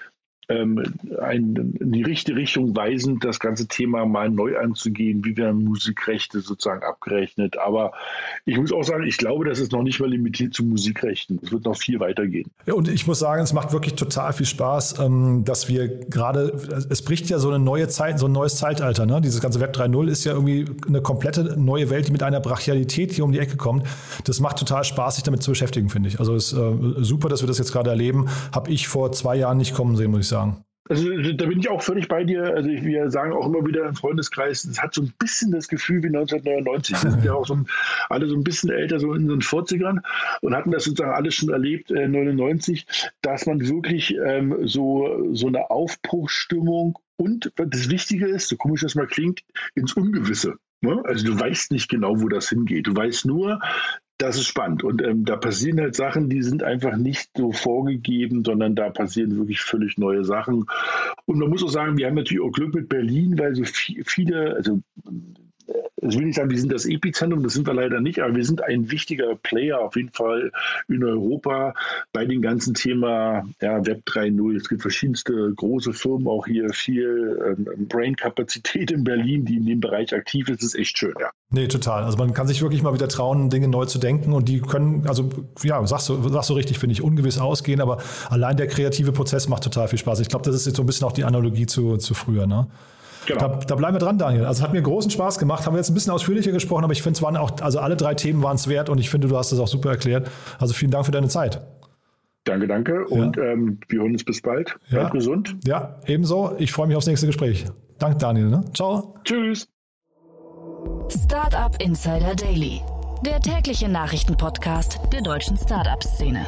ähm, ein, in die richtige Richtung weisend, das ganze Thema mal neu anzugehen, wie werden Musikrechte sozusagen abgerechnet. Aber ich muss auch sagen, ich glaube, das ist noch nicht mal limitiert zu Musikrechten. Es wird noch viel weitergehen. Ja, und ich muss sagen, es macht wirklich total viel Spaß, dass wir gerade, es bricht ja so eine neue Zeit, so ein neues Zeitalter. Ne? Dieses ganze Web drei Punkt null ist ja irgendwie eine komplette neue Welt, die mit einer Brachialität hier um die Ecke kommt. Das macht total Spaß, sich damit zu beschäftigen, finde ich. Also es ist äh, super, dass wir das jetzt gerade erleben. Habe ich vor zwei Jahren nicht kommen sehen, muss ich sagen. Also da bin ich auch völlig bei dir. Also wir sagen auch immer wieder im Freundeskreis, es hat so ein bisschen das Gefühl wie neunzehnhundertneunundneunzig. Wir sind ja auch so ein, alle so ein bisschen älter, so in den vierzigern und hatten das sozusagen alles schon erlebt, äh, neunundneunzig, dass man wirklich ähm, so, so eine Aufbruchsstimmung und das Wichtige ist, so komisch das mal klingt, ins Ungewisse. Ne? Also du weißt nicht genau, wo das hingeht. Du weißt nur, das ist spannend und ähm, da passieren halt Sachen, die sind einfach nicht so vorgegeben, sondern da passieren wirklich völlig neue Sachen. Und man muss auch sagen, wir haben natürlich auch Glück mit Berlin, weil so viel, viele, also ich will nicht sagen, wir sind das Epizentrum, das sind wir leider nicht, aber wir sind ein wichtiger Player auf jeden Fall in Europa bei dem ganzen Thema ja, Web drei Punkt null. Es gibt verschiedenste große Firmen, auch hier viel ähm, Brain-Kapazität in Berlin, die in dem Bereich aktiv ist. Das ist echt schön, ja. Nee, total. Also man kann sich wirklich mal wieder trauen, Dinge neu zu denken und die können, also ja, sagst du, sagst du richtig, finde ich, ungewiss ausgehen, aber allein der kreative Prozess macht total viel Spaß. Ich glaube, das ist jetzt so ein bisschen auch die Analogie zu, zu früher, ne? Genau. Da, da bleiben wir dran, Daniel. Also hat mir großen Spaß gemacht. Haben wir jetzt ein bisschen ausführlicher gesprochen, aber ich finde, es waren auch, also alle drei Themen waren es wert und ich finde, du hast das auch super erklärt. Also vielen Dank für deine Zeit. Danke, danke. Und ja. ähm, wir hören uns bis bald. Ja. Bleib gesund. Ja, ebenso. Ich freue mich aufs nächste Gespräch. Danke, Daniel. Ne? Ciao. Tschüss. Startup Insider Daily, der tägliche Nachrichtenpodcast der deutschen Startup-Szene.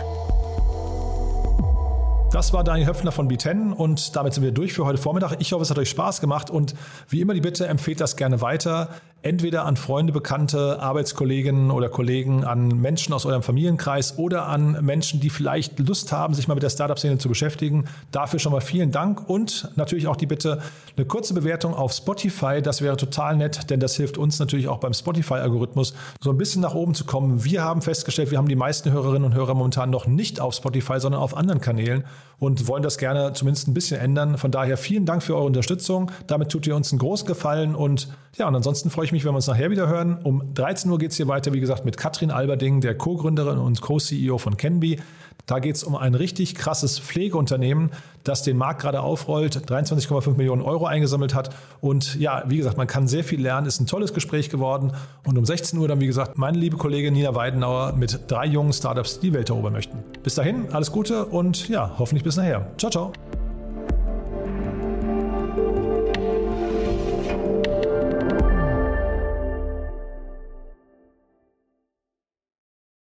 Das war Daniel Höpfner von B zehn und damit sind wir durch für heute Vormittag. Ich hoffe, es hat euch Spaß gemacht und wie immer die Bitte, empfehlt das gerne weiter. Entweder an Freunde, Bekannte, Arbeitskolleginnen oder Kollegen, an Menschen aus eurem Familienkreis oder an Menschen, die vielleicht Lust haben, sich mal mit der Startup-Szene zu beschäftigen. Dafür schon mal vielen Dank und natürlich auch die Bitte, eine kurze Bewertung auf Spotify. Das wäre total nett, denn das hilft uns natürlich auch beim Spotify-Algorithmus so ein bisschen nach oben zu kommen. Wir haben festgestellt, wir haben die meisten Hörerinnen und Hörer momentan noch nicht auf Spotify, sondern auf anderen Kanälen und wollen das gerne zumindest ein bisschen ändern. Von daher vielen Dank für eure Unterstützung. Damit tut ihr uns einen großen Gefallen und ja, und ansonsten freue ich mich, wenn wir uns nachher wieder hören. Um dreizehn Uhr geht es hier weiter, wie gesagt, mit Katrin Alberding, der Co-Gründerin und Co-C E O von Canby. Da geht es um ein richtig krasses Pflegeunternehmen, das den Markt gerade aufrollt, dreiundzwanzig Komma fünf Millionen Euro eingesammelt hat. Und ja, wie gesagt, man kann sehr viel lernen, ist ein tolles Gespräch geworden. Und um sechzehn Uhr dann, wie gesagt, meine liebe Kollegin Nina Weidenauer mit drei jungen Startups, die die Welt erobern möchten. Bis dahin, alles Gute und ja, hoffentlich bis nachher. Ciao, ciao.